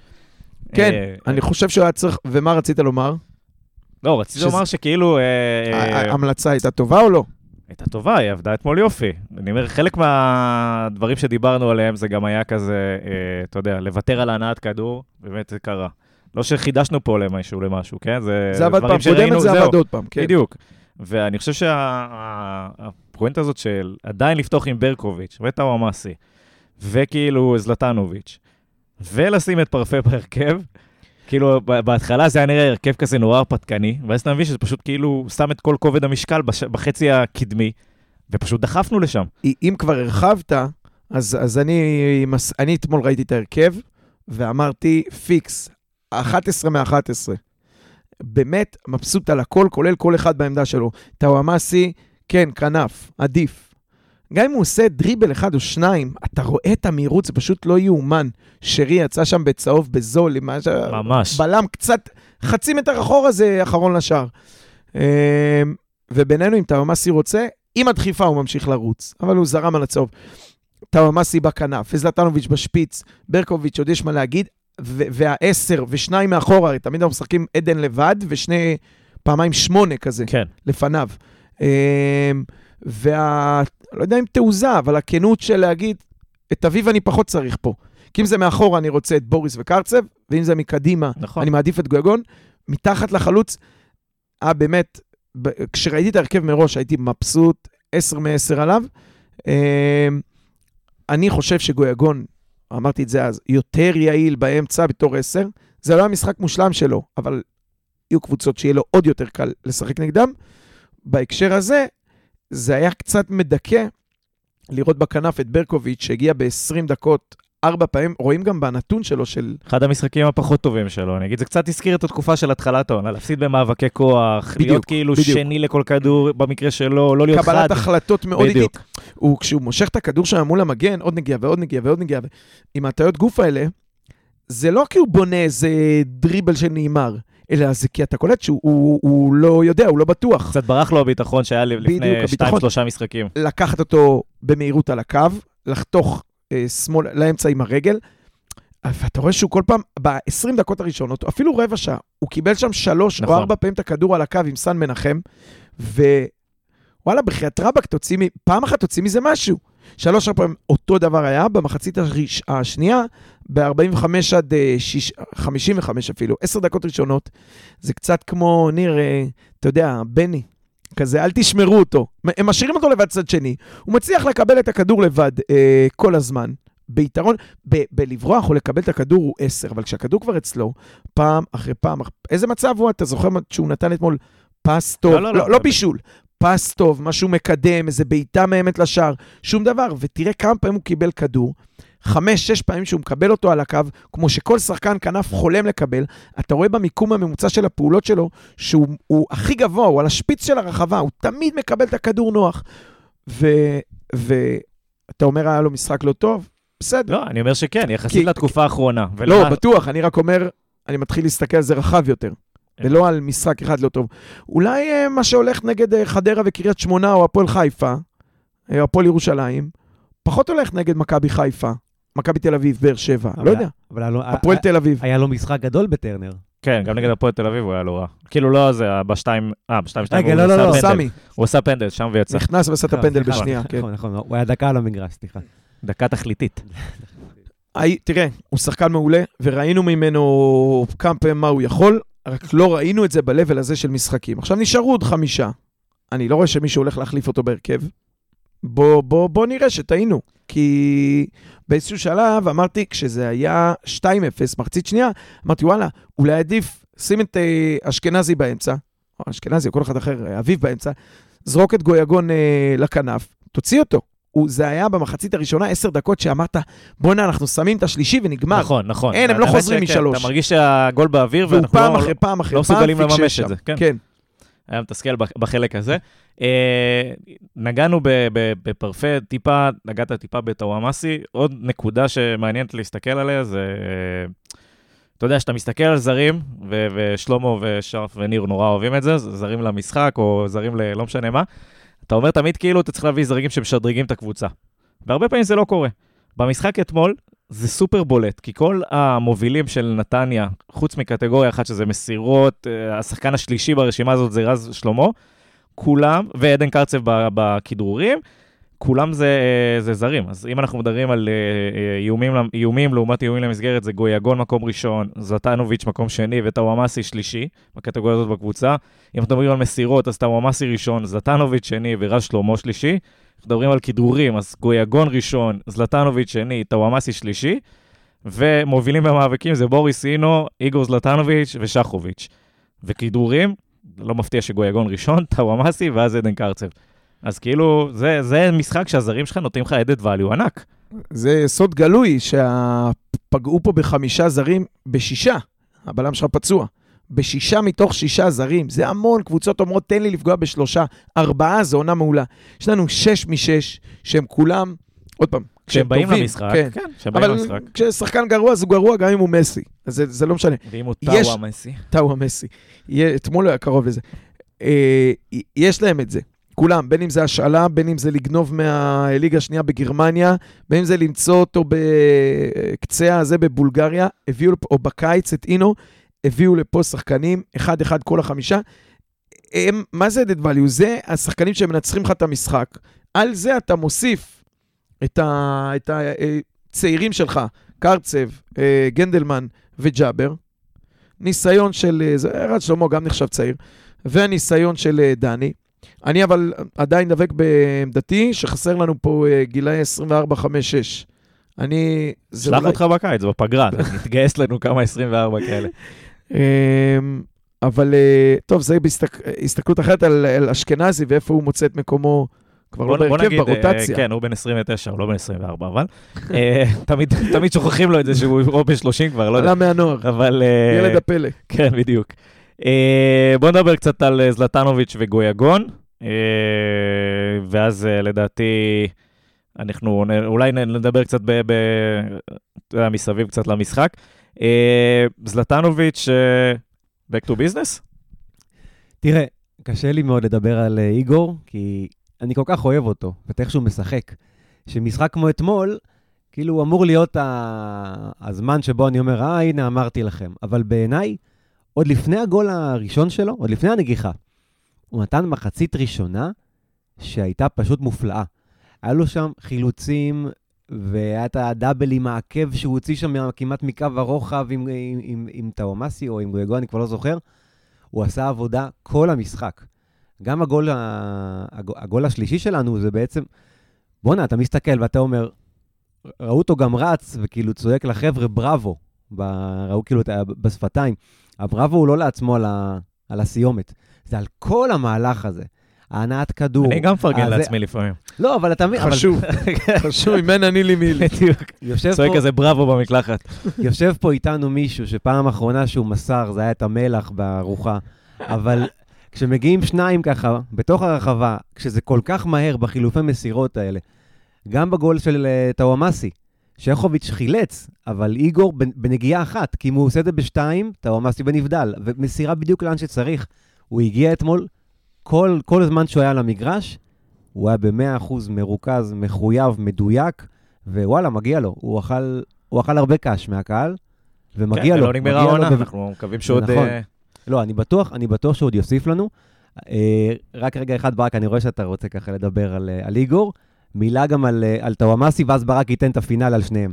כן, אני חושב שהוא היה צריך, ומה רצית לומר? לא, רציתי לומר שכאילו... ההמלצה הייתה טובה או לא? הייתה טובה, היא עבדה אתמול יופי. אני אומר, חלק מהדברים שדיברנו עליהם, זה גם היה כזה, אה, אתה יודע, לוותר על הנעת כדור, באמת זה קרה. לא שחידשנו פה למשהו, למשהו, כן? זה, זה עבד פעם, קודמת זה עבד עוד פעם, כן. בדיוק. ואני חושב שהפרואנטה הזאת של עדיין לפתוח עם ברקוביץ' וטאוואמאסי, וכאילו זלטנוביץ', ולשים את פרפה בהרכב, כאילו, בהתחלה זה היה נראה הרכב כזה נורא הרפתקני, ואז אתה מבין שזה פשוט כאילו שם את כל כובד המשקל בחצי הקדמי, ופשוט דחפנו לשם. אם כבר הרחבת, אז, אז אני, אני אתמול ראיתי את ההרכב, ואמרתי, פיקס, אחת עשרה מ-אחת עשרה. באמת מבסוט על הכל, כולל כל אחד בעמדה שלו. טאוואמאסי, כן, כנף, עדיף. גם אם הוא עושה דריבל אחד או שניים, אתה רואה את המהירות, זה פשוט לא יאומן. שרי יצא שם בצהוב, בזול, ממש. בלם קצת, חצי מטר אחורה זה אחרון לשער. ובינינו, אם טאוואמאסי רוצה, עם הדחיפה הוא ממשיך לרוץ, אבל הוא זרם על הצהוב. טאוואמאסי בכנף, וזלטנוביץ' בשפיץ, ברקוביץ' עוד יש מה להגיד, והעשר ושניים מאחורה, תמיד אנחנו משחקים עדן לבד, ושני פעמיים שמונה כזה, כן. לפניו. וה... לא יודע אם תעוזה, אבל הכנות של להגיד, את אביב אני פחות צריך פה. כי אם זה מאחורה אני רוצה את בוריס וקרצב, ואם זה מקדימה, נכון. אני מעדיף את גויגון. מתחת לחלוץ, אה באמת, כשראיתי את הרכב מראש, הייתי מבסוט עשר מעשר עליו. אני חושב שגויגון, אמרתי את זה אז, יותר יעיל באמצע בתור עשר. זה לא המשחק מושלם שלו, אבל יהיו קבוצות שיהיה לו עוד יותר קל לשחק נגדם. בהקשר הזה, זה היה קצת מדכא לראות בכנף את ברקוביץ' שהגיע ב-עשרים דקות, ארבע פעמים, רואים גם בנתון שלו של... אחד המשחקים הפחות טובים שלו, אני אגיד, זה קצת הזכיר את התקופה של התחלת העונה, להפסיד במאבקי כוח, בדיוק, להיות כאילו בדיוק. שני לכל כדור במקרה שלו, לא להיות חד. קבלת החלטות מאוד איטית. הוא, כשהוא מושך את הכדור שם מול המגן, עוד נגיע ועוד נגיע ועוד נגיע, עם הטעיות גוף האלה, זה לא כי הוא בונה איזה דריבל של נאמר, אלא זה כי אתה קולט שהוא הוא, הוא לא יודע, הוא לא בטוח. קצת ברח לו הביטחון שהיה לפני שתיים שלושה משחקים. לקחת אותו במהירות על הקו, לחתוך אה, שמאל, לאמצע עם הרגל, ואתה רואה שהוא כל פעם, ב-עשרים דקות הראשונות, אפילו רבע שעה, הוא קיבל שם שלוש נכון. או ארבע פעמים את הכדור על הקו עם סן מנחם, והוא וואלה, בחיית רבק, תוציא, פעם אחת תוציא מזה משהו. שלוש פעמים אותו דבר היה, במחצית הש... השנייה, ב-ארבעים וחמש עד חמישים וחמש אפילו, עשר דקות ראשונות, זה קצת כמו ניר, אתה יודע, בני, כזה, אל תשמרו אותו. הם משאירים אותו לבד צד שני, הוא מצליח לקבל את הכדור לבד אה, כל הזמן, ביתרון, ב- בלברוח או לקבל את הכדור הוא עשר, אבל כשהכדור כבר אצלו, פעם אחרי פעם, איזה מצב הוא, אתה זוכר שהוא נתן אתמול פס טוב, לא, לא, לא, לא, לא בישול, פס טוב, משהו מקדם, איזה בעיטה מאמת לשער, שום דבר, ותראה כמה פעמים הוא קיבל כדור, חמש, שש פעמים שהוא מקבל אותו על הקו, כמו שכל שחקן כנף חולם לקבל, אתה רואה במיקום הממוצע של הפעולות שלו, שהוא הוא הכי גבוה, הוא על השפיץ של הרחבה, הוא תמיד מקבל את הכדור נוח, ואתה אומר, היה לו משחק לא טוב, בסדר. לא, אני אומר שכן, יחסית כי... לתקופה האחרונה. ולמה... לא, בטוח, אני רק אומר, אני מתחיל להסתכל על זה רחב יותר, ולא על משחק אחד לא טוב. אולי מה שהולך נגד חדרה וקריית שמונה, או הפועל חיפה, או הפועל ירושלים, פחות הולך נגד מכבי חיפה, מכבי תל אביב, באר שבע, לא יודע. הפועל תל אביב. היה לו משחק גדול בטרנר. כן, גם נגד הפועל תל אביב הוא היה לא רע. כאילו לא, זה בשתיים, אה, בשתיים, שתיים, רגע, לא, לא, לא, סמי. הוא עושה פנדל, שם ויצא. נכנס ועשה את הפנדל בשנייה, כן. נכון, נכון, הוא היה דקה על המגרש, סליחה. דקה תכליתית. תראה, הוא שחקן מעולה, וראינו ממנו כמה פעמים מה הוא יכול, רק לא ראינו את זה בלבל הזה של משחקים. עכשיו נשארו עוד חמישה. אני לא רואה שמישהו הולך להחליף אותו בהרכב. בוא, בוא, בוא נראה שטעינו. כי באיזשהו שלב אמרתי, כשזה היה שתיים אפס, מחצית שנייה, אמרתי, וואלה, אולי עדיף, שים את אה, אשכנזי באמצע, או אשכנזי או כל אחד אחר, אביב באמצע, זרוק את גויגון אה, לכנף, תוציא אותו. הוא, זה היה במחצית הראשונה, עשר דקות שאמרת, בוא'נה, אנחנו שמים את השלישי ונגמר. נכון, נכון. אין, הם לא חוזרים משלוש. אתה מרגיש שהגול באוויר, ואנחנו פעם לא, אחרי פעם אחרי לא פעם מסוגלים לממש את זה. כן. כן. היה מתסכל בחלק הזה. נגענו בפרפה, טיפה, נגעת טיפה בטוואמאסי. עוד נקודה שמעניינת להסתכל עליה, זה, אתה יודע, שאתה מסתכל על זרים, ושלומו ושרף וניר נורא אוהבים את זה, זרים למשחק, או זרים ללא משנה מה, אתה אומר תמיד כאילו, אתה צריך להביא זרים שמשדרגים את הקבוצה. והרבה פעמים זה לא קורה. במשחק אתמול, זה סופר בולט, כי כל המובילים של נתניה, חוץ מקטגוריה אחת שזה מסירות, השחקן השלישי ברשימה הזאת זה רז שלמה, כולם, ועדן קרצב בכדרורים, כולם זה, זה זרים. אז אם אנחנו מדברים על איומים, איומים לעומת איומים למסגרת, זה גויגון מקום ראשון, זטנוביץ' מקום שני, וטוואמאסי שלישי, בקטגוריה הזאת בקבוצה. אם אנחנו מדברים על מסירות, אז טוואמאסי ראשון, זטנוביץ' שני, ורז שלמה שלישי. מדברים על כדרורים, אז גויגון ראשון, זלטנוביץ' שני, טוואמאסי שלישי, ומובילים במאבקים זה בוריס אינו, איגור זלטנוביץ' ושחוביץ'. וכדרורים, לא מפתיע שגויגון ראשון, טוואמאסי ואז עדן קרצב. אז כאילו, זה, זה משחק שהזרים שלך נותנים לך עדד ואליו ענק. זה סוד גלוי שפגעו פה בחמישה זרים בשישה, הבלם שלך פצוע. בשישה מתוך שישה זרים, זה המון, קבוצות אומרות, תן לי לפגוע בשלושה, ארבעה, זה עונה מעולה. יש לנו שש משש, שהם כולם, עוד פעם, כשהם באים למשחק, כן, כן, כשהם באים למשחק. אבל כששחקן גרוע, אז הוא גרוע גם אם הוא מסי, אז זה, זה לא משנה. ואם הוא טאווה מסי. טאווה מסי. אתמול היה קרוב לזה. יש להם את זה. כולם, בין אם זה השאלה, בין אם זה לגנוב מהליגה השנייה בגרמניה, בין אם זה למצוא אותו בקצה הזה בבולגריה, הביאו, או בקיץ את אינו, הביאו לפה שחקנים, אחד אחד כל החמישה. הם, מה זה added value? זה השחקנים שמנצחים לך את המשחק. על זה אתה מוסיף את, ה, את הצעירים שלך, קרצב, גנדלמן וג'אבר. ניסיון של, זה רד שלמה גם נחשב צעיר, והניסיון של דני. אני אבל עדיין דבק בעמדתי, שחסר לנו פה גילאי עשרים וארבע חמש שש. אני... שלח אותך בקיץ, בפגרה, נתגייס לנו כמה עשרים וארבע כאלה. אבל טוב, זה בהסתכלות אחרת על אשכנזי, ואיפה הוא מוצא את מקומו, כבר לא בהרכב, ברוטציה. כן, הוא בן עשרים ותשע, הוא לא בן עשרים וארבע, אבל תמיד שוכחים לו את זה, שהוא או בן שלושים כבר, לא יודע. עלה מהנוער, ילד הפלא. כן, בדיוק. בוא נדבר קצת על זלטנוביץ' וגויגון, ואז לדעתי... אנחנו אולי נדבר קצת ב, ב, מסביב קצת למשחק. זלטנוביץ', back to business? תראה, קשה לי מאוד לדבר על איגור, כי אני כל כך אוהב אותו, ותאיך שהוא משחק. שמשחק כמו אתמול, כאילו הוא אמור להיות הזמן שבו אני אומר, אה, הנה אמרתי לכם. אבל בעיניי, עוד לפני הגול הראשון שלו, עוד לפני הנגיחה, הוא נתן מחצית ראשונה, שהייתה פשוט מופלאה. היה לו שם חילוצים, והיה את הדאבל עם העקב שהוא הוציא שם כמעט מקו הרוחב עם, עם, עם, עם טאומאסי או עם גויגו, אני כבר לא זוכר. הוא עשה עבודה כל המשחק. גם הגול, הגול השלישי שלנו זה בעצם, בונה, אתה מסתכל ואתה אומר, ראו אותו גם רץ וכאילו צועק לחבר'ה, בראבו, ראו כאילו בשפתיים. הבראבו הוא לא לעצמו על, ה, על הסיומת, זה על כל המהלך הזה. הענעת כדור. אני גם מפרגן לעצמי לפעמים. לא, אבל אתה... חשוב, חשוב, אימן אני לי מילי. צועק כזה בראבו במקלחת. יושב פה איתנו מישהו שפעם האחרונה שהוא מסר, זה היה את המלח בארוחה, אבל כשמגיעים שניים ככה, בתוך הרחבה, כשזה כל כך מהר בחילופי מסירות האלה, גם בגול של טאומאסי, שחוביץ' חילץ, אבל איגור בנגיעה אחת, כי אם הוא עושה את זה בשתיים, טאומאסי בנבדל, ומסירה בדיוק לאן שצריך. הוא הגיע אתמול, כל, כל הזמן שהוא היה על המגרש, הוא היה ב-מאה אחוז מרוכז, מחויב, מדויק, ווואלה, מגיע לו. הוא אכל, הוא אכל הרבה קש מהקהל, ומגיע כן, לו. לא נגמר העונה, אנחנו מקווים שעוד... נכון. לא, אני בטוח, אני בטוח שעוד יוסיף לנו. אה, רק רגע אחד ברק, אני רואה שאתה רוצה ככה לדבר על, על איגור, מילה גם על, על טאומאסי, ואז ברק ייתן את הפינל על שניהם.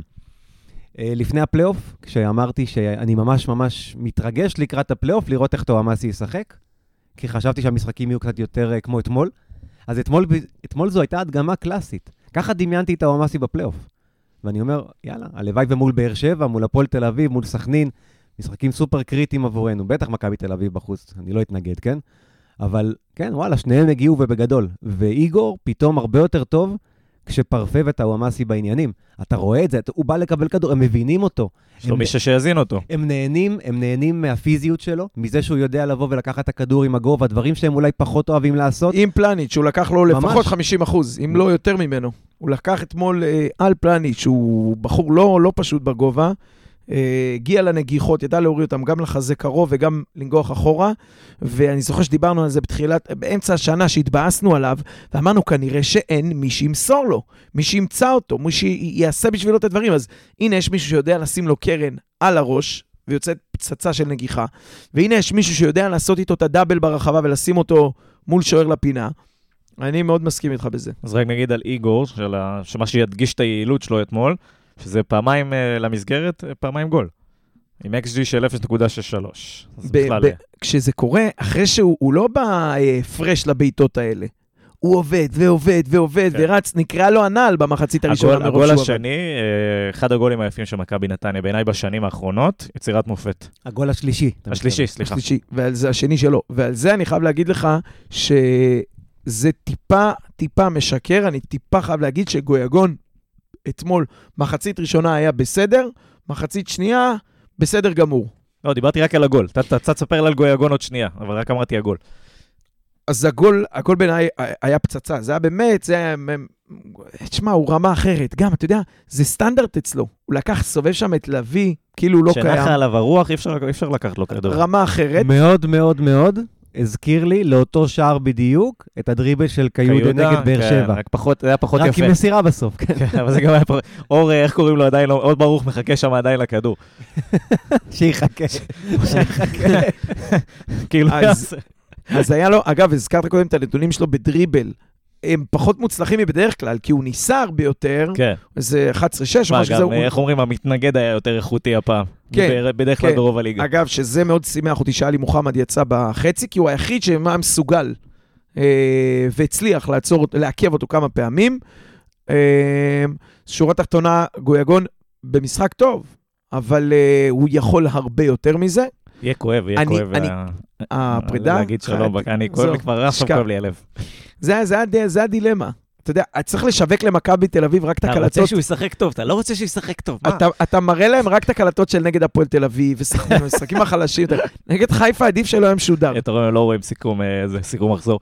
אה, לפני הפלייאוף, כשאמרתי שאני ממש ממש מתרגש לקראת הפלייאוף, לראות איך טאומאסי ישחק, כי חשבתי שהמשחקים יהיו קצת יותר uh, כמו אתמול. אז אתמול, אתמול זו הייתה הדגמה קלאסית. ככה דמיינתי את טאומאסי בפלייאוף. ואני אומר, יאללה, הלוואי ומול באר שבע, מול הפועל תל אביב, מול סכנין, משחקים סופר קריטיים עבורנו. בטח מכבי תל אביב בחוץ, אני לא אתנגד, כן? אבל כן, וואלה, שניהם הגיעו ובגדול. ואיגור פתאום הרבה יותר טוב, כשפרפה וטאומאסי בעניינים. אתה רואה את זה, הוא בא לקבל כדור, הם מבינים אותו. יש לו מישהו שיזין אותו. הם נהנים, הם נהנים מהפיזיות שלו, מזה שהוא יודע לבוא ולקחת את הכדור עם הגובה, דברים שהם אולי פחות אוהבים לעשות. עם פלניץ', שהוא לקח לו לפחות חמישים אחוז, אם לא יותר ממנו. הוא לקח אתמול אה, על פלניץ', שהוא בחור לא, לא פשוט בגובה, הגיע לנגיחות, ידע להוריד אותם גם לחזה קרוב וגם לנגוח אחורה, ואני זוכר שדיברנו על זה בתחילת, באמצע השנה שהתבאסנו עליו, ואמרנו כנראה שאין מי שימסור לו, מי שימצא אותו, מי שיעשה בשבילו את הדברים. אז הנה יש מישהו שיודע לשים לו קרן על הראש, ויוצאת פצצה של נגיחה, והנה יש מישהו שיודע לעשות איתו את הדאבל ברחבה, ולשים אותו מול שוער לפינה. אני מאוד מסכים איתך בזה. אז רק נגיד על איגור, שמה שידגיש את היעילות שלו אתמול, שזה פעמיים uh, למסגרת, פעמיים גול. עם אקס ג'י של אפס נקודה שש שלוש. כשזה קורה, אחרי שהוא לא בא uh, פרש לביתות האלה, הוא עובד ועובד ועובד כן. ורץ, נקרא לו הנעל במחצית הראשונה. הגול, הגול השני, uh, אחד הגולים היפים של מכבי נתניה, בעיניי בשנים האחרונות, יצירת מופת. הגול השלישי. השלישי, סליחה. השלישי, ועל זה השני שלו. ועל זה אני חייב להגיד לך שזה טיפה, טיפה משקר, אני טיפה חייב להגיד שגויגון, אתמול מחצית ראשונה היה בסדר, מחצית שנייה בסדר גמור. לא, דיברתי רק על הגול. אתה קצת ספר על גויגון עוד שנייה, אבל רק אמרתי הגול. אז הגול, הגול בעיניי היה פצצה. זה היה באמת, זה היה... תשמע, הוא רמה אחרת. גם, אתה יודע, זה סטנדרט אצלו. הוא לקח, סובב שם את לוי, כאילו הוא לא קיים. שנחה עליו הרוח, אי אפשר, אי אפשר לקחת לו כדור. רמה אחרת. מאוד מאוד מאוד. הזכיר לי לאותו שער בדיוק את הדריבל של קיודה נגד באר שבע. רק פחות, זה היה פחות יפה. רק עם מסירה בסוף. כן, אבל זה גם היה פחות. אור, איך קוראים לו עדיין, עוד ברוך מחכה שם עדיין לכדור. שיחכה. שיחכה. כאילו... אז היה לו, אגב, הזכרת קודם את הנתונים שלו בדריבל. הם פחות מוצלחים מבדרך כלל, כי הוא ניסה הרבה יותר, כן. זה אחת עשרה שש, או משהו כזה. אגב, איך אומרים, המתנגד היה יותר איכותי הפעם. כן. בדרך כלל ברוב הליגה. אגב, שזה מאוד שימח אותי, שאלי מוחמד יצא בחצי, כי הוא היחיד שמה מסוגל, והצליח לעצור, לעכב אותו כמה פעמים. שורה תחתונה, גויגון במשחק טוב, אבל הוא יכול הרבה יותר מזה. יהיה כואב, יהיה כואב. הפרידה. להגיד שלום, אני כואב לי כבר, עכשיו כואב לי הלב. זה הדילמה. אתה יודע, צריך לשווק למכבי תל אביב רק את הקלטות. אתה רוצה שהוא ישחק טוב, אתה לא רוצה שהוא ישחק טוב, מה? אתה מראה להם רק את הקלטות של נגד הפועל תל אביב, ושחקים החלשים. נגד חיפה עדיף שלא הם שודר. אתה רואה, לא רואים סיכום, איזה סיכום מחזור.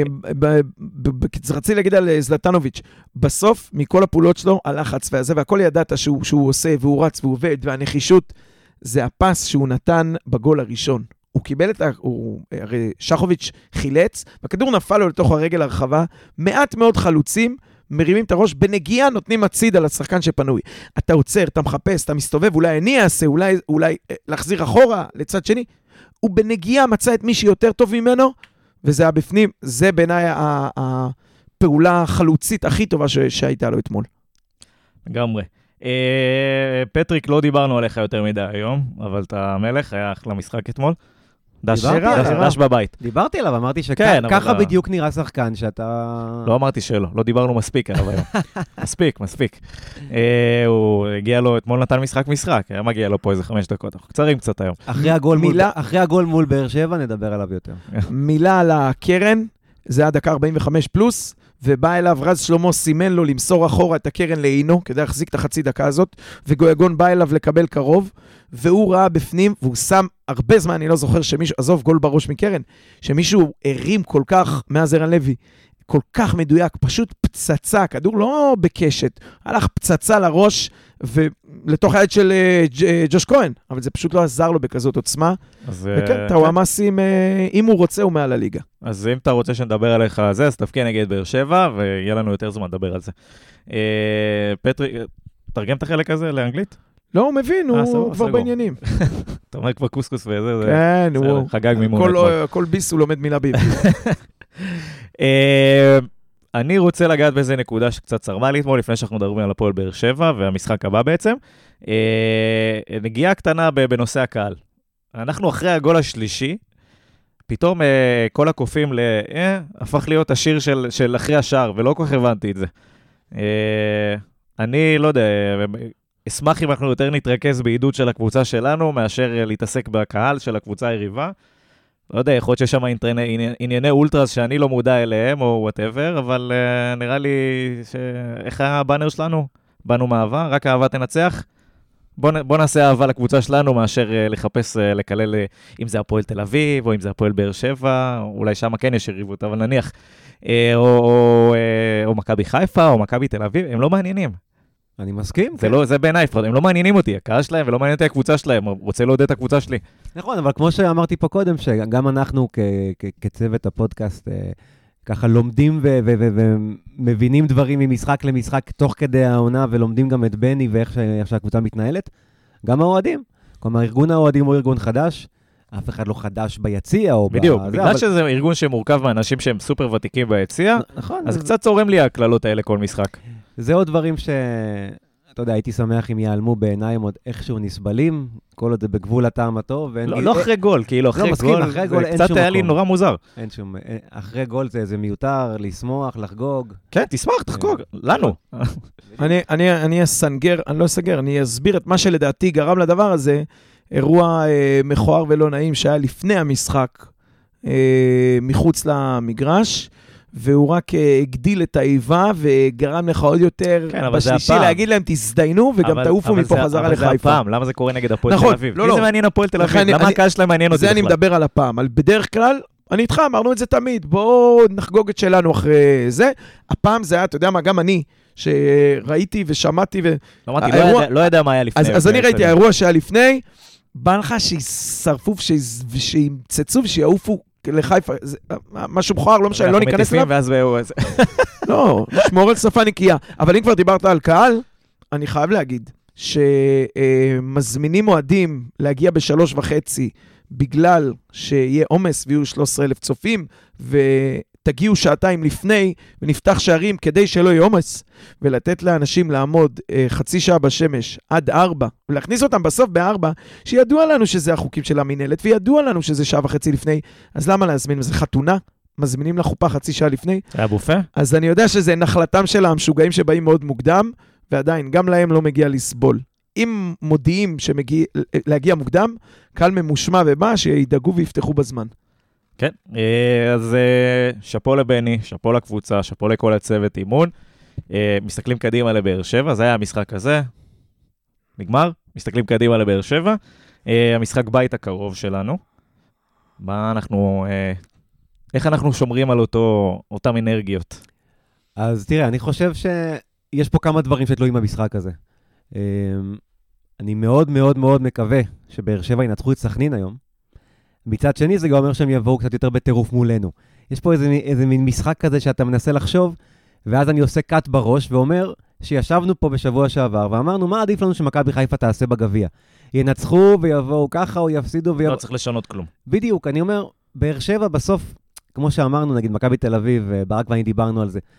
רציתי להגיד על זלטנוביץ', בסוף, מכל הפעולות שלו, הלחץ והזה, והכל ידעת שהוא עושה, והוא רץ והוא עובד, והנחישות, זה הפס שהוא נתן בגול הראשון. הוא קיבל את ה... הוא... הרי שחוביץ' חילץ, והכדור נפל לו לתוך הרגל הרחבה, מעט מאוד חלוצים, מרימים את הראש, בנגיעה נותנים הציד על השחקן שפנוי. אתה עוצר, אתה מחפש, אתה מסתובב, אולי אני אעשה, אולי, אולי להחזיר אחורה לצד שני. הוא בנגיעה מצא את מי שיותר טוב ממנו, וזה היה בפנים, זה בעיניי הפעולה החלוצית הכי טובה ש- שהייתה לו אתמול. לגמרי. אה, פטריק, לא דיברנו עליך יותר מדי היום, אבל אתה מלך, היה אחלה משחק אתמול. דש דיברתי דש- עליו. דש בבית. דיברתי עליו, אמרתי כן, אבל שככה לא. בדיוק נראה שחקן שאתה... לא אמרתי שלא, לא דיברנו מספיק עליו היום. מספיק, מספיק. אה, הוא הגיע לו, אתמול נתן משחק משחק, היה מגיע לו פה איזה חמש דקות, אנחנו קצרים קצת היום. אחרי הגול מול- מילה- אחרי הגול מול באר שבע נדבר עליו יותר. מילה על הקרן, זה היה דקה ארבעים וחמש פלוס, ובא אליו רז שלמה, סימן לו למסור אחורה את הקרן לאינו, כדי להחזיק את החצי דקה הזאת, וגויגון בא אליו לקבל קרוב, והוא ראה בפנים, והוא שם הרבה זמן, אני לא זוכר שמישהו, עזוב גול בראש מקרן, שמישהו הרים כל כך, מאז ערן לוי, כל כך מדויק, פשוט פצצה, כדור לא בקשת, הלך פצצה לראש, ולתוך היד של אה, ג'- אה, ג'וש כהן, אבל זה פשוט לא עזר לו בכזאת עוצמה, אז, וכן, אה, טאוואמאסים, אה, אם הוא רוצה, הוא מעל הליגה. אז אם אתה רוצה שנדבר עליך על זה, אז תפקיע נגד באר שבע, ויהיה לנו יותר זמן לדבר על זה. אה, פטריק, תרגם את החלק הזה לאנגלית? לא, הוא מבין, אה, הוא סבבה, כבר סגור. בעניינים. אתה אומר כבר קוסקוס וזה, זה... כן, בסדר, הוא... חגג מימון כל- אתמול. כל ביס הוא לומד מילה בעברית. אה, אני רוצה לגעת באיזה נקודה שקצת צרמה לי אתמול, לפני שאנחנו מדברים על הפועל באר שבע, והמשחק הבא בעצם. אה, נגיעה קטנה ב- בנושא הקהל. אנחנו אחרי הגול השלישי, פתאום אה, כל הקופים ל... אה, הפך להיות השיר של, של אחרי השער, ולא כל כך הבנתי את זה. אה, אני לא יודע, אשמח אם אנחנו יותר נתרכז בעידוד של הקבוצה שלנו, מאשר אה, להתעסק בקהל של הקבוצה היריבה. לא יודע, יכול להיות שיש שם ענייני, ענייני אולטרס שאני לא מודע אליהם, או וואטאבר, אבל uh, נראה לי ש... איך היה הבאנר שלנו? באנו מאהבה, רק אהבה תנצח. בוא, נ... בוא נעשה אהבה לקבוצה שלנו, מאשר uh, לחפש, uh, לקלל, uh, אם זה הפועל תל אביב, או אם זה הפועל באר שבע, אולי שם כן יש יריבות, אבל נניח, uh, או, או, uh, או מכבי חיפה, או מכבי תל אביב, הם לא מעניינים. אני מסכים. זה, לא, זה בעיניי, הם לא מעניינים אותי, הקהל שלהם, ולא מעניין אותי הקבוצה שלהם, רוצה לעודד את הקבוצה שלי. נכון, אבל כמו שאמרתי פה קודם, שגם אנחנו כ- כ- כצוות הפודקאסט, אה, ככה לומדים ו- ו- ו- ומבינים דברים ממשחק למשחק תוך כדי העונה, ולומדים גם את בני ואיך ש- איך שהקבוצה מתנהלת, גם האוהדים. כלומר, ארגון האוהדים הוא ארגון חדש, אף אחד לא חדש ביציע או... בדיוק, בזה, בגלל אבל... שזה ארגון שמורכב מאנשים שהם סופר ותיקים ביציע, נכון. אז זה- קצת צורם לי הכללות האלה כל משחק. זה עוד דברים ש... אתה יודע, הייתי שמח אם ייעלמו בעיניים עוד איכשהו נסבלים, כל עוד זה בגבול הטעם הטוב, ואין... לא, לא אחרי גול, כאילו אחרי מסכים, גול, אחרי גול זה אין קצת שום היה לי מקום. נורא מוזר. אין שום... אין- אחרי גול זה, זה מיותר, לשמוח, לחגוג. כן, תשמח, תחגוג, לנו. אני, אני, אני אסנגר, אני לא אסגר, אני אסביר את מה שלדעתי גרם לדבר הזה, אירוע אה, מכוער ולא נעים שהיה לפני המשחק, אה, מחוץ למגרש, והוא רק אה, הגדיל את האיבה וגרם לך עוד יותר כן, אבל זה בשלישי הפעם. להגיד להם תזדיינו וגם אבל- תעופו אבל מפה זה- חזרה אבל זה לחיפה. הפעם, למה זה קורה נגד הפועל נכון, תל אביב? לא, מי לא. זה מעניין הפועל תל לכן אביב? אני- למה אני- הקהל שלהם מעניין אותי זה אני בכלל? מדבר על הפעם, על בדרך כלל, אני איתך, אמרנו את זה תמיד, בואו נחגוג את שלנו אחרי זה. הפעם זה היה, אתה יודע מה, גם אני, שראיתי ושמעתי, ו... לא אמרתי, לא האירוע- יודע- לא יודע מה היה לפני. אז, אז אני ראיתי, בסדר. האירוע שהיה לפני, בא לך שישרפו ושימצצו ושיעופו לחיפה, זה, משהו מכוער, לא משנה, לא אנחנו ניכנס מטיפים, אליו. ואז והוא- אז- לא, שמור על שפה נקייה. אבל אם כבר דיברת על קהל, אני חייב להגיד שמזמינים מועדים להגיע בשלוש וחצי, בגלל שיהיה עומס ויהיו שלושה עשר אלף צופים, ותגיעו שעתיים לפני ונפתח שערים כדי שלא יהיה עומס, ולתת לאנשים לעמוד אה, חצי שעה בשמש עד ארבע, ולהכניס אותם בסוף בארבע, שידוע לנו שזה החוקים של המנהלת, וידוע לנו שזה שעה וחצי לפני, אז למה להזמין? זה חתונה? מזמינים לחופה חצי שעה לפני? היה בופה? אז אני יודע שזה נחלתם של המשוגעים שבאים מאוד מוקדם, ועדיין, גם להם לא מגיע לסבול. אם מודיעים שלהגיע מוקדם, קהל ממושמע ובא, שידאגו ויפתחו בזמן. כן, אה, אז אה, שפו לבני, שפו לקבוצה, שפו לכל הצוות אימון. אה, מסתכלים קדימה לבאר שבע, זה היה המשחק הזה. נגמר, מסתכלים קדימה לבאר שבע. אה, המשחק בית הקרוב שלנו. מה אנחנו, אה, איך אנחנו שומרים על אותו, אותם אנרגיות? אז תראה, אני חושב שיש פה כמה דברים שתלויים במשחק הזה. אמ, אני מאוד מאוד מאוד מקווה שבאר שבע ינצחו את סכנין היום. מצד שני, זה גם אומר שהם יבואו קצת יותר בטירוף מולנו. יש פה איזה, איזה מין משחק כזה שאתה מנסה לחשוב, ואז אני עושה קאט בראש ואומר שישבנו פה בשבוע שעבר, ואמרנו, מה עדיף לנו שמכבי חיפה תעשה בגביע? ינצחו ויבואו ככה או יפסידו ויבואו... לא צריך לשנות כלום. בדיוק, אני אומר, באר שבע בסוף, כמו שאמרנו, נגיד מכבי תל אביב, ברק ואני דיברנו על זה,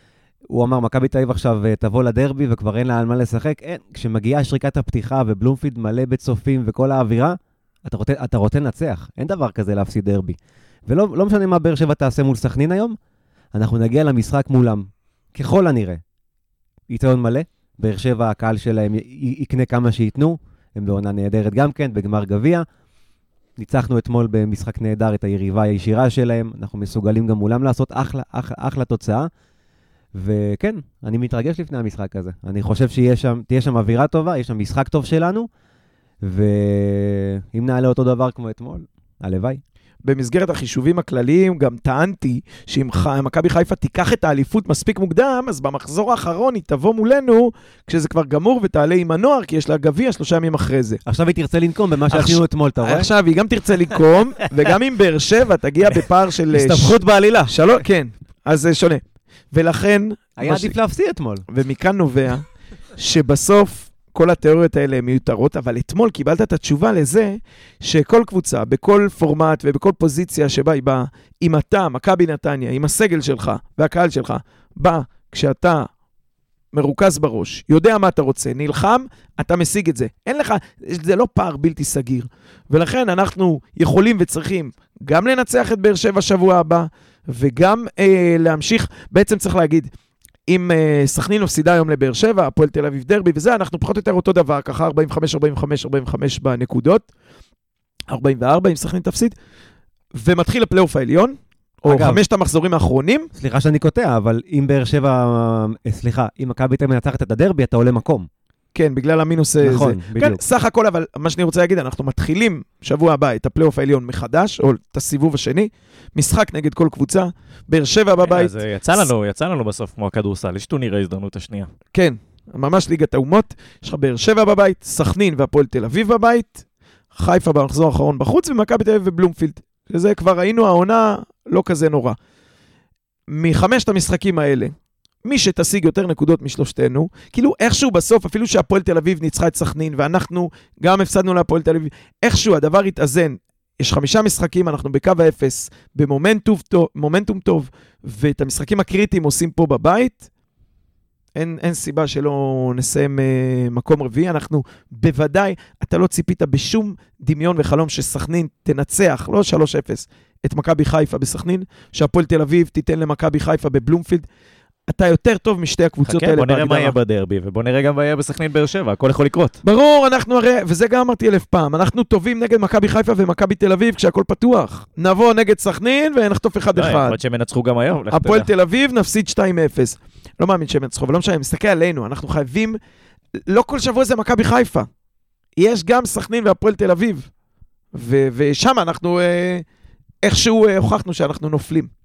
הוא אמר, מכבי תל אביב עכשיו תבוא לדרבי וכבר אין לה על מה לשחק. אין, כשמגיעה שריקת הפתיחה ובלומפילד מלא בצופים וכל האווירה, אתה רוצה, אתה רוצה לנצח. אין דבר כזה להפסיד דרבי. ולא לא משנה מה באר שבע תעשה מול סכנין היום, אנחנו נגיע למשחק מולם. ככל הנראה. יתרון מלא, באר שבע הקהל שלהם י- י- יקנה כמה שיתנו, הם בעונה נהדרת גם כן, בגמר גביע. ניצחנו אתמול במשחק נהדר את היריבה הישירה שלהם, אנחנו מסוגלים גם מולם לעשות אחלה, אחלה, אחלה תוצאה. וכן, אני מתרגש לפני המשחק הזה. אני חושב שתהיה שם, שם אווירה טובה, יש שם משחק טוב שלנו, ואם נעלה אותו דבר כמו אתמול, הלוואי. במסגרת החישובים הכלליים גם טענתי שאם מכבי חיפה תיקח את האליפות מספיק מוקדם, אז במחזור האחרון היא תבוא מולנו כשזה כבר גמור ותעלה עם הנוער, כי יש לה גביע שלושה ימים אחרי זה. עכשיו היא תרצה לנקום במה שעשינו אתמול, אתה רואה? עכשיו היא גם תרצה לנקום, וגם עם באר שבע תגיע בפער של... הסתבכות בעלילה. שלוש, כן, אז זה שונה. ולכן... היה עדיף להפסיד אתמול. ומכאן נובע שבסוף כל התיאוריות האלה מיותרות, אבל אתמול קיבלת את התשובה לזה שכל קבוצה, בכל פורמט ובכל פוזיציה שבה היא באה, אם אתה, מכבי נתניה, עם הסגל שלך והקהל שלך, בא כשאתה מרוכז בראש, יודע מה אתה רוצה, נלחם, אתה משיג את זה. אין לך, זה לא פער בלתי סגיר. ולכן אנחנו יכולים וצריכים גם לנצח את באר שבע שבוע הבא, וגם אה, להמשיך, בעצם צריך להגיד, אם uh, סכנין הפסידה היום לבאר שבע, הפועל תל אביב דרבי וזה, אנחנו פחות או יותר אותו דבר, ככה ארבעים וחמש, ארבעים וחמש, ארבעים וחמש בנקודות, ארבעים וארבע אם סכנין תפסיד, ומתחיל הפלייאוף העליון, או אגב, חמשת המחזורים האחרונים. סליחה שאני קוטע, אבל אם באר שבע, סליחה, אם מכבי תל אביב מנצחת את הדרבי, אתה עולה מקום. כן, בגלל המינוס נכון, זה. בדיוק. כן, סך הכל, אבל מה שאני רוצה להגיד, אנחנו מתחילים שבוע הבא את הפלייאוף העליון מחדש, או את הסיבוב השני, משחק נגד כל קבוצה, באר שבע בבית. אז יצא לנו, יצא לנו בסוף כמו הכדורסל, יש טורניר ההזדמנות השנייה. כן, ממש ליגת האומות, יש לך באר שבע בבית, סכנין והפועל תל אביב בבית, חיפה במחזור האחרון בחוץ, ומכבי תל אביב ובלומפילד. שזה כבר ראינו, העונה לא כזה נורא. מחמשת המשחקים האלה, מי שתשיג יותר נקודות משלושתנו, כאילו איכשהו בסוף, אפילו שהפועל תל אביב ניצחה את סכנין, ואנחנו גם הפסדנו להפועל תל אביב, איכשהו הדבר יתאזן, יש חמישה משחקים, אנחנו בקו האפס, במומנטום טוב, מומנטום טוב, ואת המשחקים הקריטיים עושים פה בבית, אין, אין סיבה שלא נסיים אה, מקום רביעי, אנחנו בוודאי, אתה לא ציפית בשום דמיון וחלום שסכנין תנצח, לא שלוש אפס, את מכבי חיפה בסכנין, שהפועל תל אביב תיתן למכבי חיפה בבלומפילד, אתה יותר טוב משתי הקבוצות האלה בהגדרה. בוא נראה בהגדרה. מה יהיה בדרבי, ובוא נראה גם מה יהיה בסכנין באר שבע, הכל יכול לקרות. ברור, אנחנו הרי, וזה גם אמרתי אלף פעם, אנחנו טובים נגד מכבי חיפה ומכבי תל אביב כשהכל פתוח. נבוא נגד סכנין ונחטוף אחד אחד. יכול להיות שהם ינצחו גם היום. הפועל תל אביב נפסיד שתיים אפס. לא מאמין שהם ינצחו, אבל לא משנה, מסתכל עלינו, אנחנו חייבים, לא כל שבוע זה מכבי חיפה. יש גם סכנין והפועל תל אביב. ו- ושם אנחנו אה, איכשהו אה, הוכחנו שאנחנו נופלים.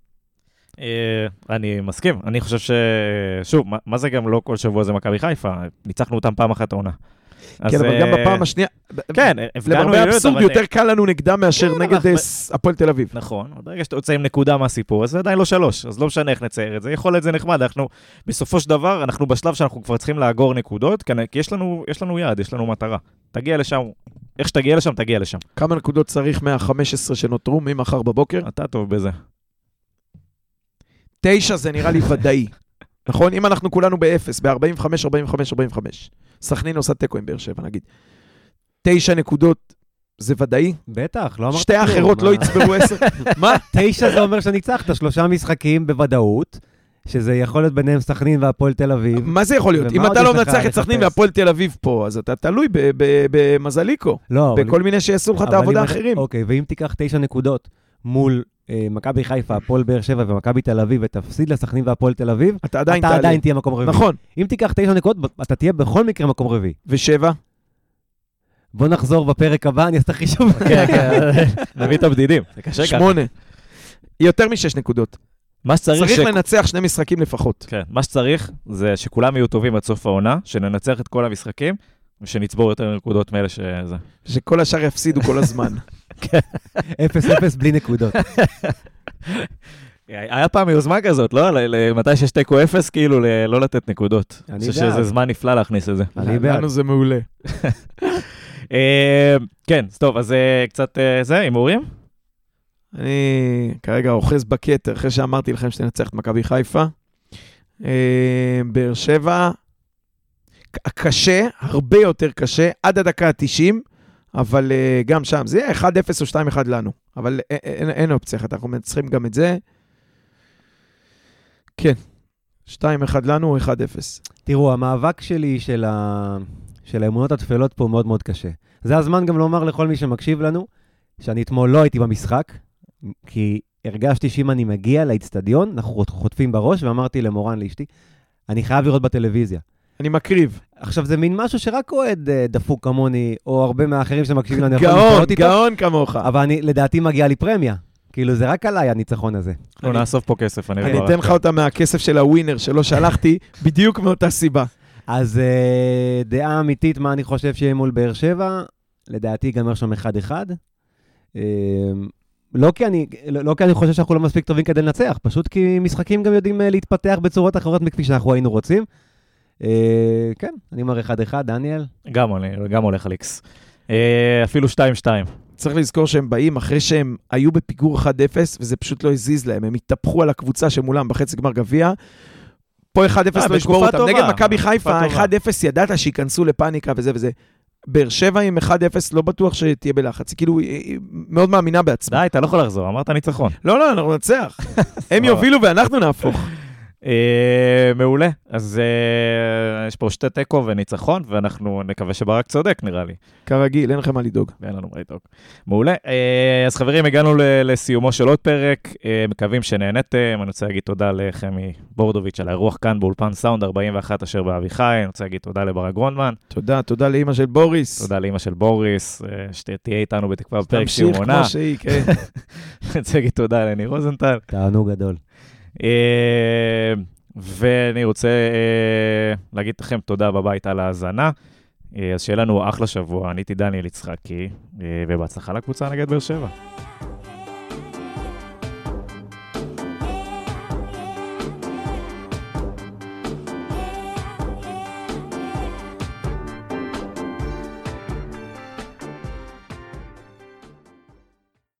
אני מסכים, אני חושב ש... שוב, מה זה גם לא כל שבוע זה מכבי חיפה? ניצחנו אותם פעם אחת העונה. כן, אבל גם בפעם השנייה... כן, למרבה אבסורד, יותר קל לנו נגדם מאשר נגד הפועל תל אביב. נכון, ברגע שאתה יוצא עם נקודה מהסיפור, אז זה עדיין לא שלוש, אז לא משנה איך נצייר את זה, יכול להיות זה נחמד, אנחנו בסופו של דבר, אנחנו בשלב שאנחנו כבר צריכים לאגור נקודות, כי יש לנו, יש לנו יעד, יש לנו מטרה. תגיע לשם, איך שתגיע לשם, תגיע לשם. כמה נקודות צריך מה-חמש עשרה שנותרו ממחר בבוקר? אתה טוב בזה. תשע זה נראה לי ודאי. נכון? אם אנחנו כולנו ב-אפס, ב-ארבעים וחמש, ארבעים וחמש, ארבעים וחמש. סכנין עושה תיקו עם באר שבע, נגיד. תשע נקודות זה ודאי? בטח, לא אמרת. שתי האחרות לא יצברו עשר. מה? תשע זה אומר שניצחת, שלושה משחקים בוודאות, שזה יכול להיות ביניהם סכנין והפועל תל אביב. מה זה יכול להיות? אם אתה לא מנצח את סכנין והפועל תל אביב פה, אז אתה תלוי במזליקו. בכל מיני שיעשו לך את העבודה האחרים. אוקיי, ואם תיקח תשע נקודות מול מכבי חיפה, הפועל באר שבע ומכבי תל אביב, ותפסיד לסכנין והפועל תל אביב, אתה עדיין, אתה עדיין תהיה מקום רביעי. נכון. אם תיקח תשע נקודות, אתה תהיה בכל מקרה מקום רביעי. ושבע? בוא נחזור בפרק הבא, אני אעשה חישוב. כן, כן. נביא את הבדידים. זה קשה ככה. שמונה. יותר משש נקודות. מה שצריך... צריך לנצח שני משחקים לפחות. כן. מה שצריך זה שכולם יהיו טובים עד סוף העונה, שננצח את כל המשחקים, ושנצבור יותר נקודות מאלה שזה. שכל השאר יפסידו כל הזמן. אפס אפס בלי נקודות. היה פעם יוזמה כזאת, לא? מתי שיש תיקו אפס, כאילו, לא לתת נקודות. אני חושב שזה זמן נפלא להכניס את זה. אני בעד. לנו זה מעולה. כן, טוב, אז קצת זה, הימורים? אני כרגע אוחז בקטר, אחרי שאמרתי לכם שתנצח את מכבי חיפה. באר שבע, קשה, הרבה יותר קשה, עד הדקה ה-תשעים, אבל גם שם, זה יהיה אחד אפס או שתיים אחד לנו, אבל אין, אין אופציה, אנחנו צריכים גם את זה. כן, שתיים אחד לנו או אחד אפס. תראו, המאבק שלי של, ה... של האמונות התפלות פה מאוד מאוד קשה. זה הזמן גם לומר לכל מי שמקשיב לנו, שאני אתמול לא הייתי במשחק, כי הרגשתי שאם אני מגיע לאצטדיון, אנחנו חוטפים בראש, ואמרתי למורן לאשתי, אני חייב לראות בטלוויזיה. אני מקריב. עכשיו, זה מין משהו שרק אוהד דפוק כמוני, או הרבה מהאחרים שמקשיבים לנו. גאון, גאון כמוך. אבל אני, לדעתי מגיע לי פרמיה. כאילו, זה רק עליי, הניצחון הזה. לא נאסוף פה כסף, אני אני אתן לך אותה מהכסף של הווינר שלא שלחתי, בדיוק מאותה סיבה. אז דעה אמיתית, מה אני חושב שיהיה מול באר שבע, לדעתי גם שם אחד אחד. לא כי אני, לא כי אני חושב שאנחנו לא מספיק טובים כדי לנצח, פשוט כי משחקים גם יודעים להתפתח בצורות אחרות מכפי שאנחנו היינו רוצים. כן, אני אומר אחד אחד, דניאל. גם, גם הולך על איקס. אפילו שתיים שתיים. צריך לזכור שהם באים אחרי שהם היו בפיגור אחד אפס, וזה פשוט לא הזיז להם. הם התהפכו על הקבוצה שמולם בחצי גמר גביע. פה אחד אפס לא ישבור אותם. נגד מכבי חיפה, אחד אפס ידעת שיכנסו לפאניקה וזה וזה. באר שבע עם אחד אפס לא בטוח שתהיה בלחץ. כאילו, היא מאוד מאמינה בעצמה. די, אתה לא יכול לחזור, אמרת ניצחון. לא, לא, אנחנו נצח. הם יובילו ואנחנו נהפוך. מעולה. אז יש פה שתי תיקו וניצחון, ואנחנו נקווה שברק צודק, נראה לי. כרגיל, אין לכם מה לדאוג. אין לנו מה לדאוג. מעולה. אז חברים, הגענו לסיומו של עוד פרק. מקווים שנהנתם. אני רוצה להגיד תודה לחמי בורדוביץ' על האירוח כאן באולפן סאונד ארבעים ואחת אשר באביחי. אני רוצה להגיד תודה לברק גרונדמן. תודה, תודה לאמא של בוריס. תודה לאמא של בוריס, שתהיה איתנו בתקווה בפרק סיומונה. תמשיך כמו שהיא, כן. אני רוצה להגיד תודה לניר רוזנטל. תענוג גדול. ואני רוצה להגיד לכם תודה בבית על ההאזנה. אז שיהיה לנו אחלה שבוע. אני הייתי דניאל יצחקי, ובהצלחה לקבוצה נגד באר שבע.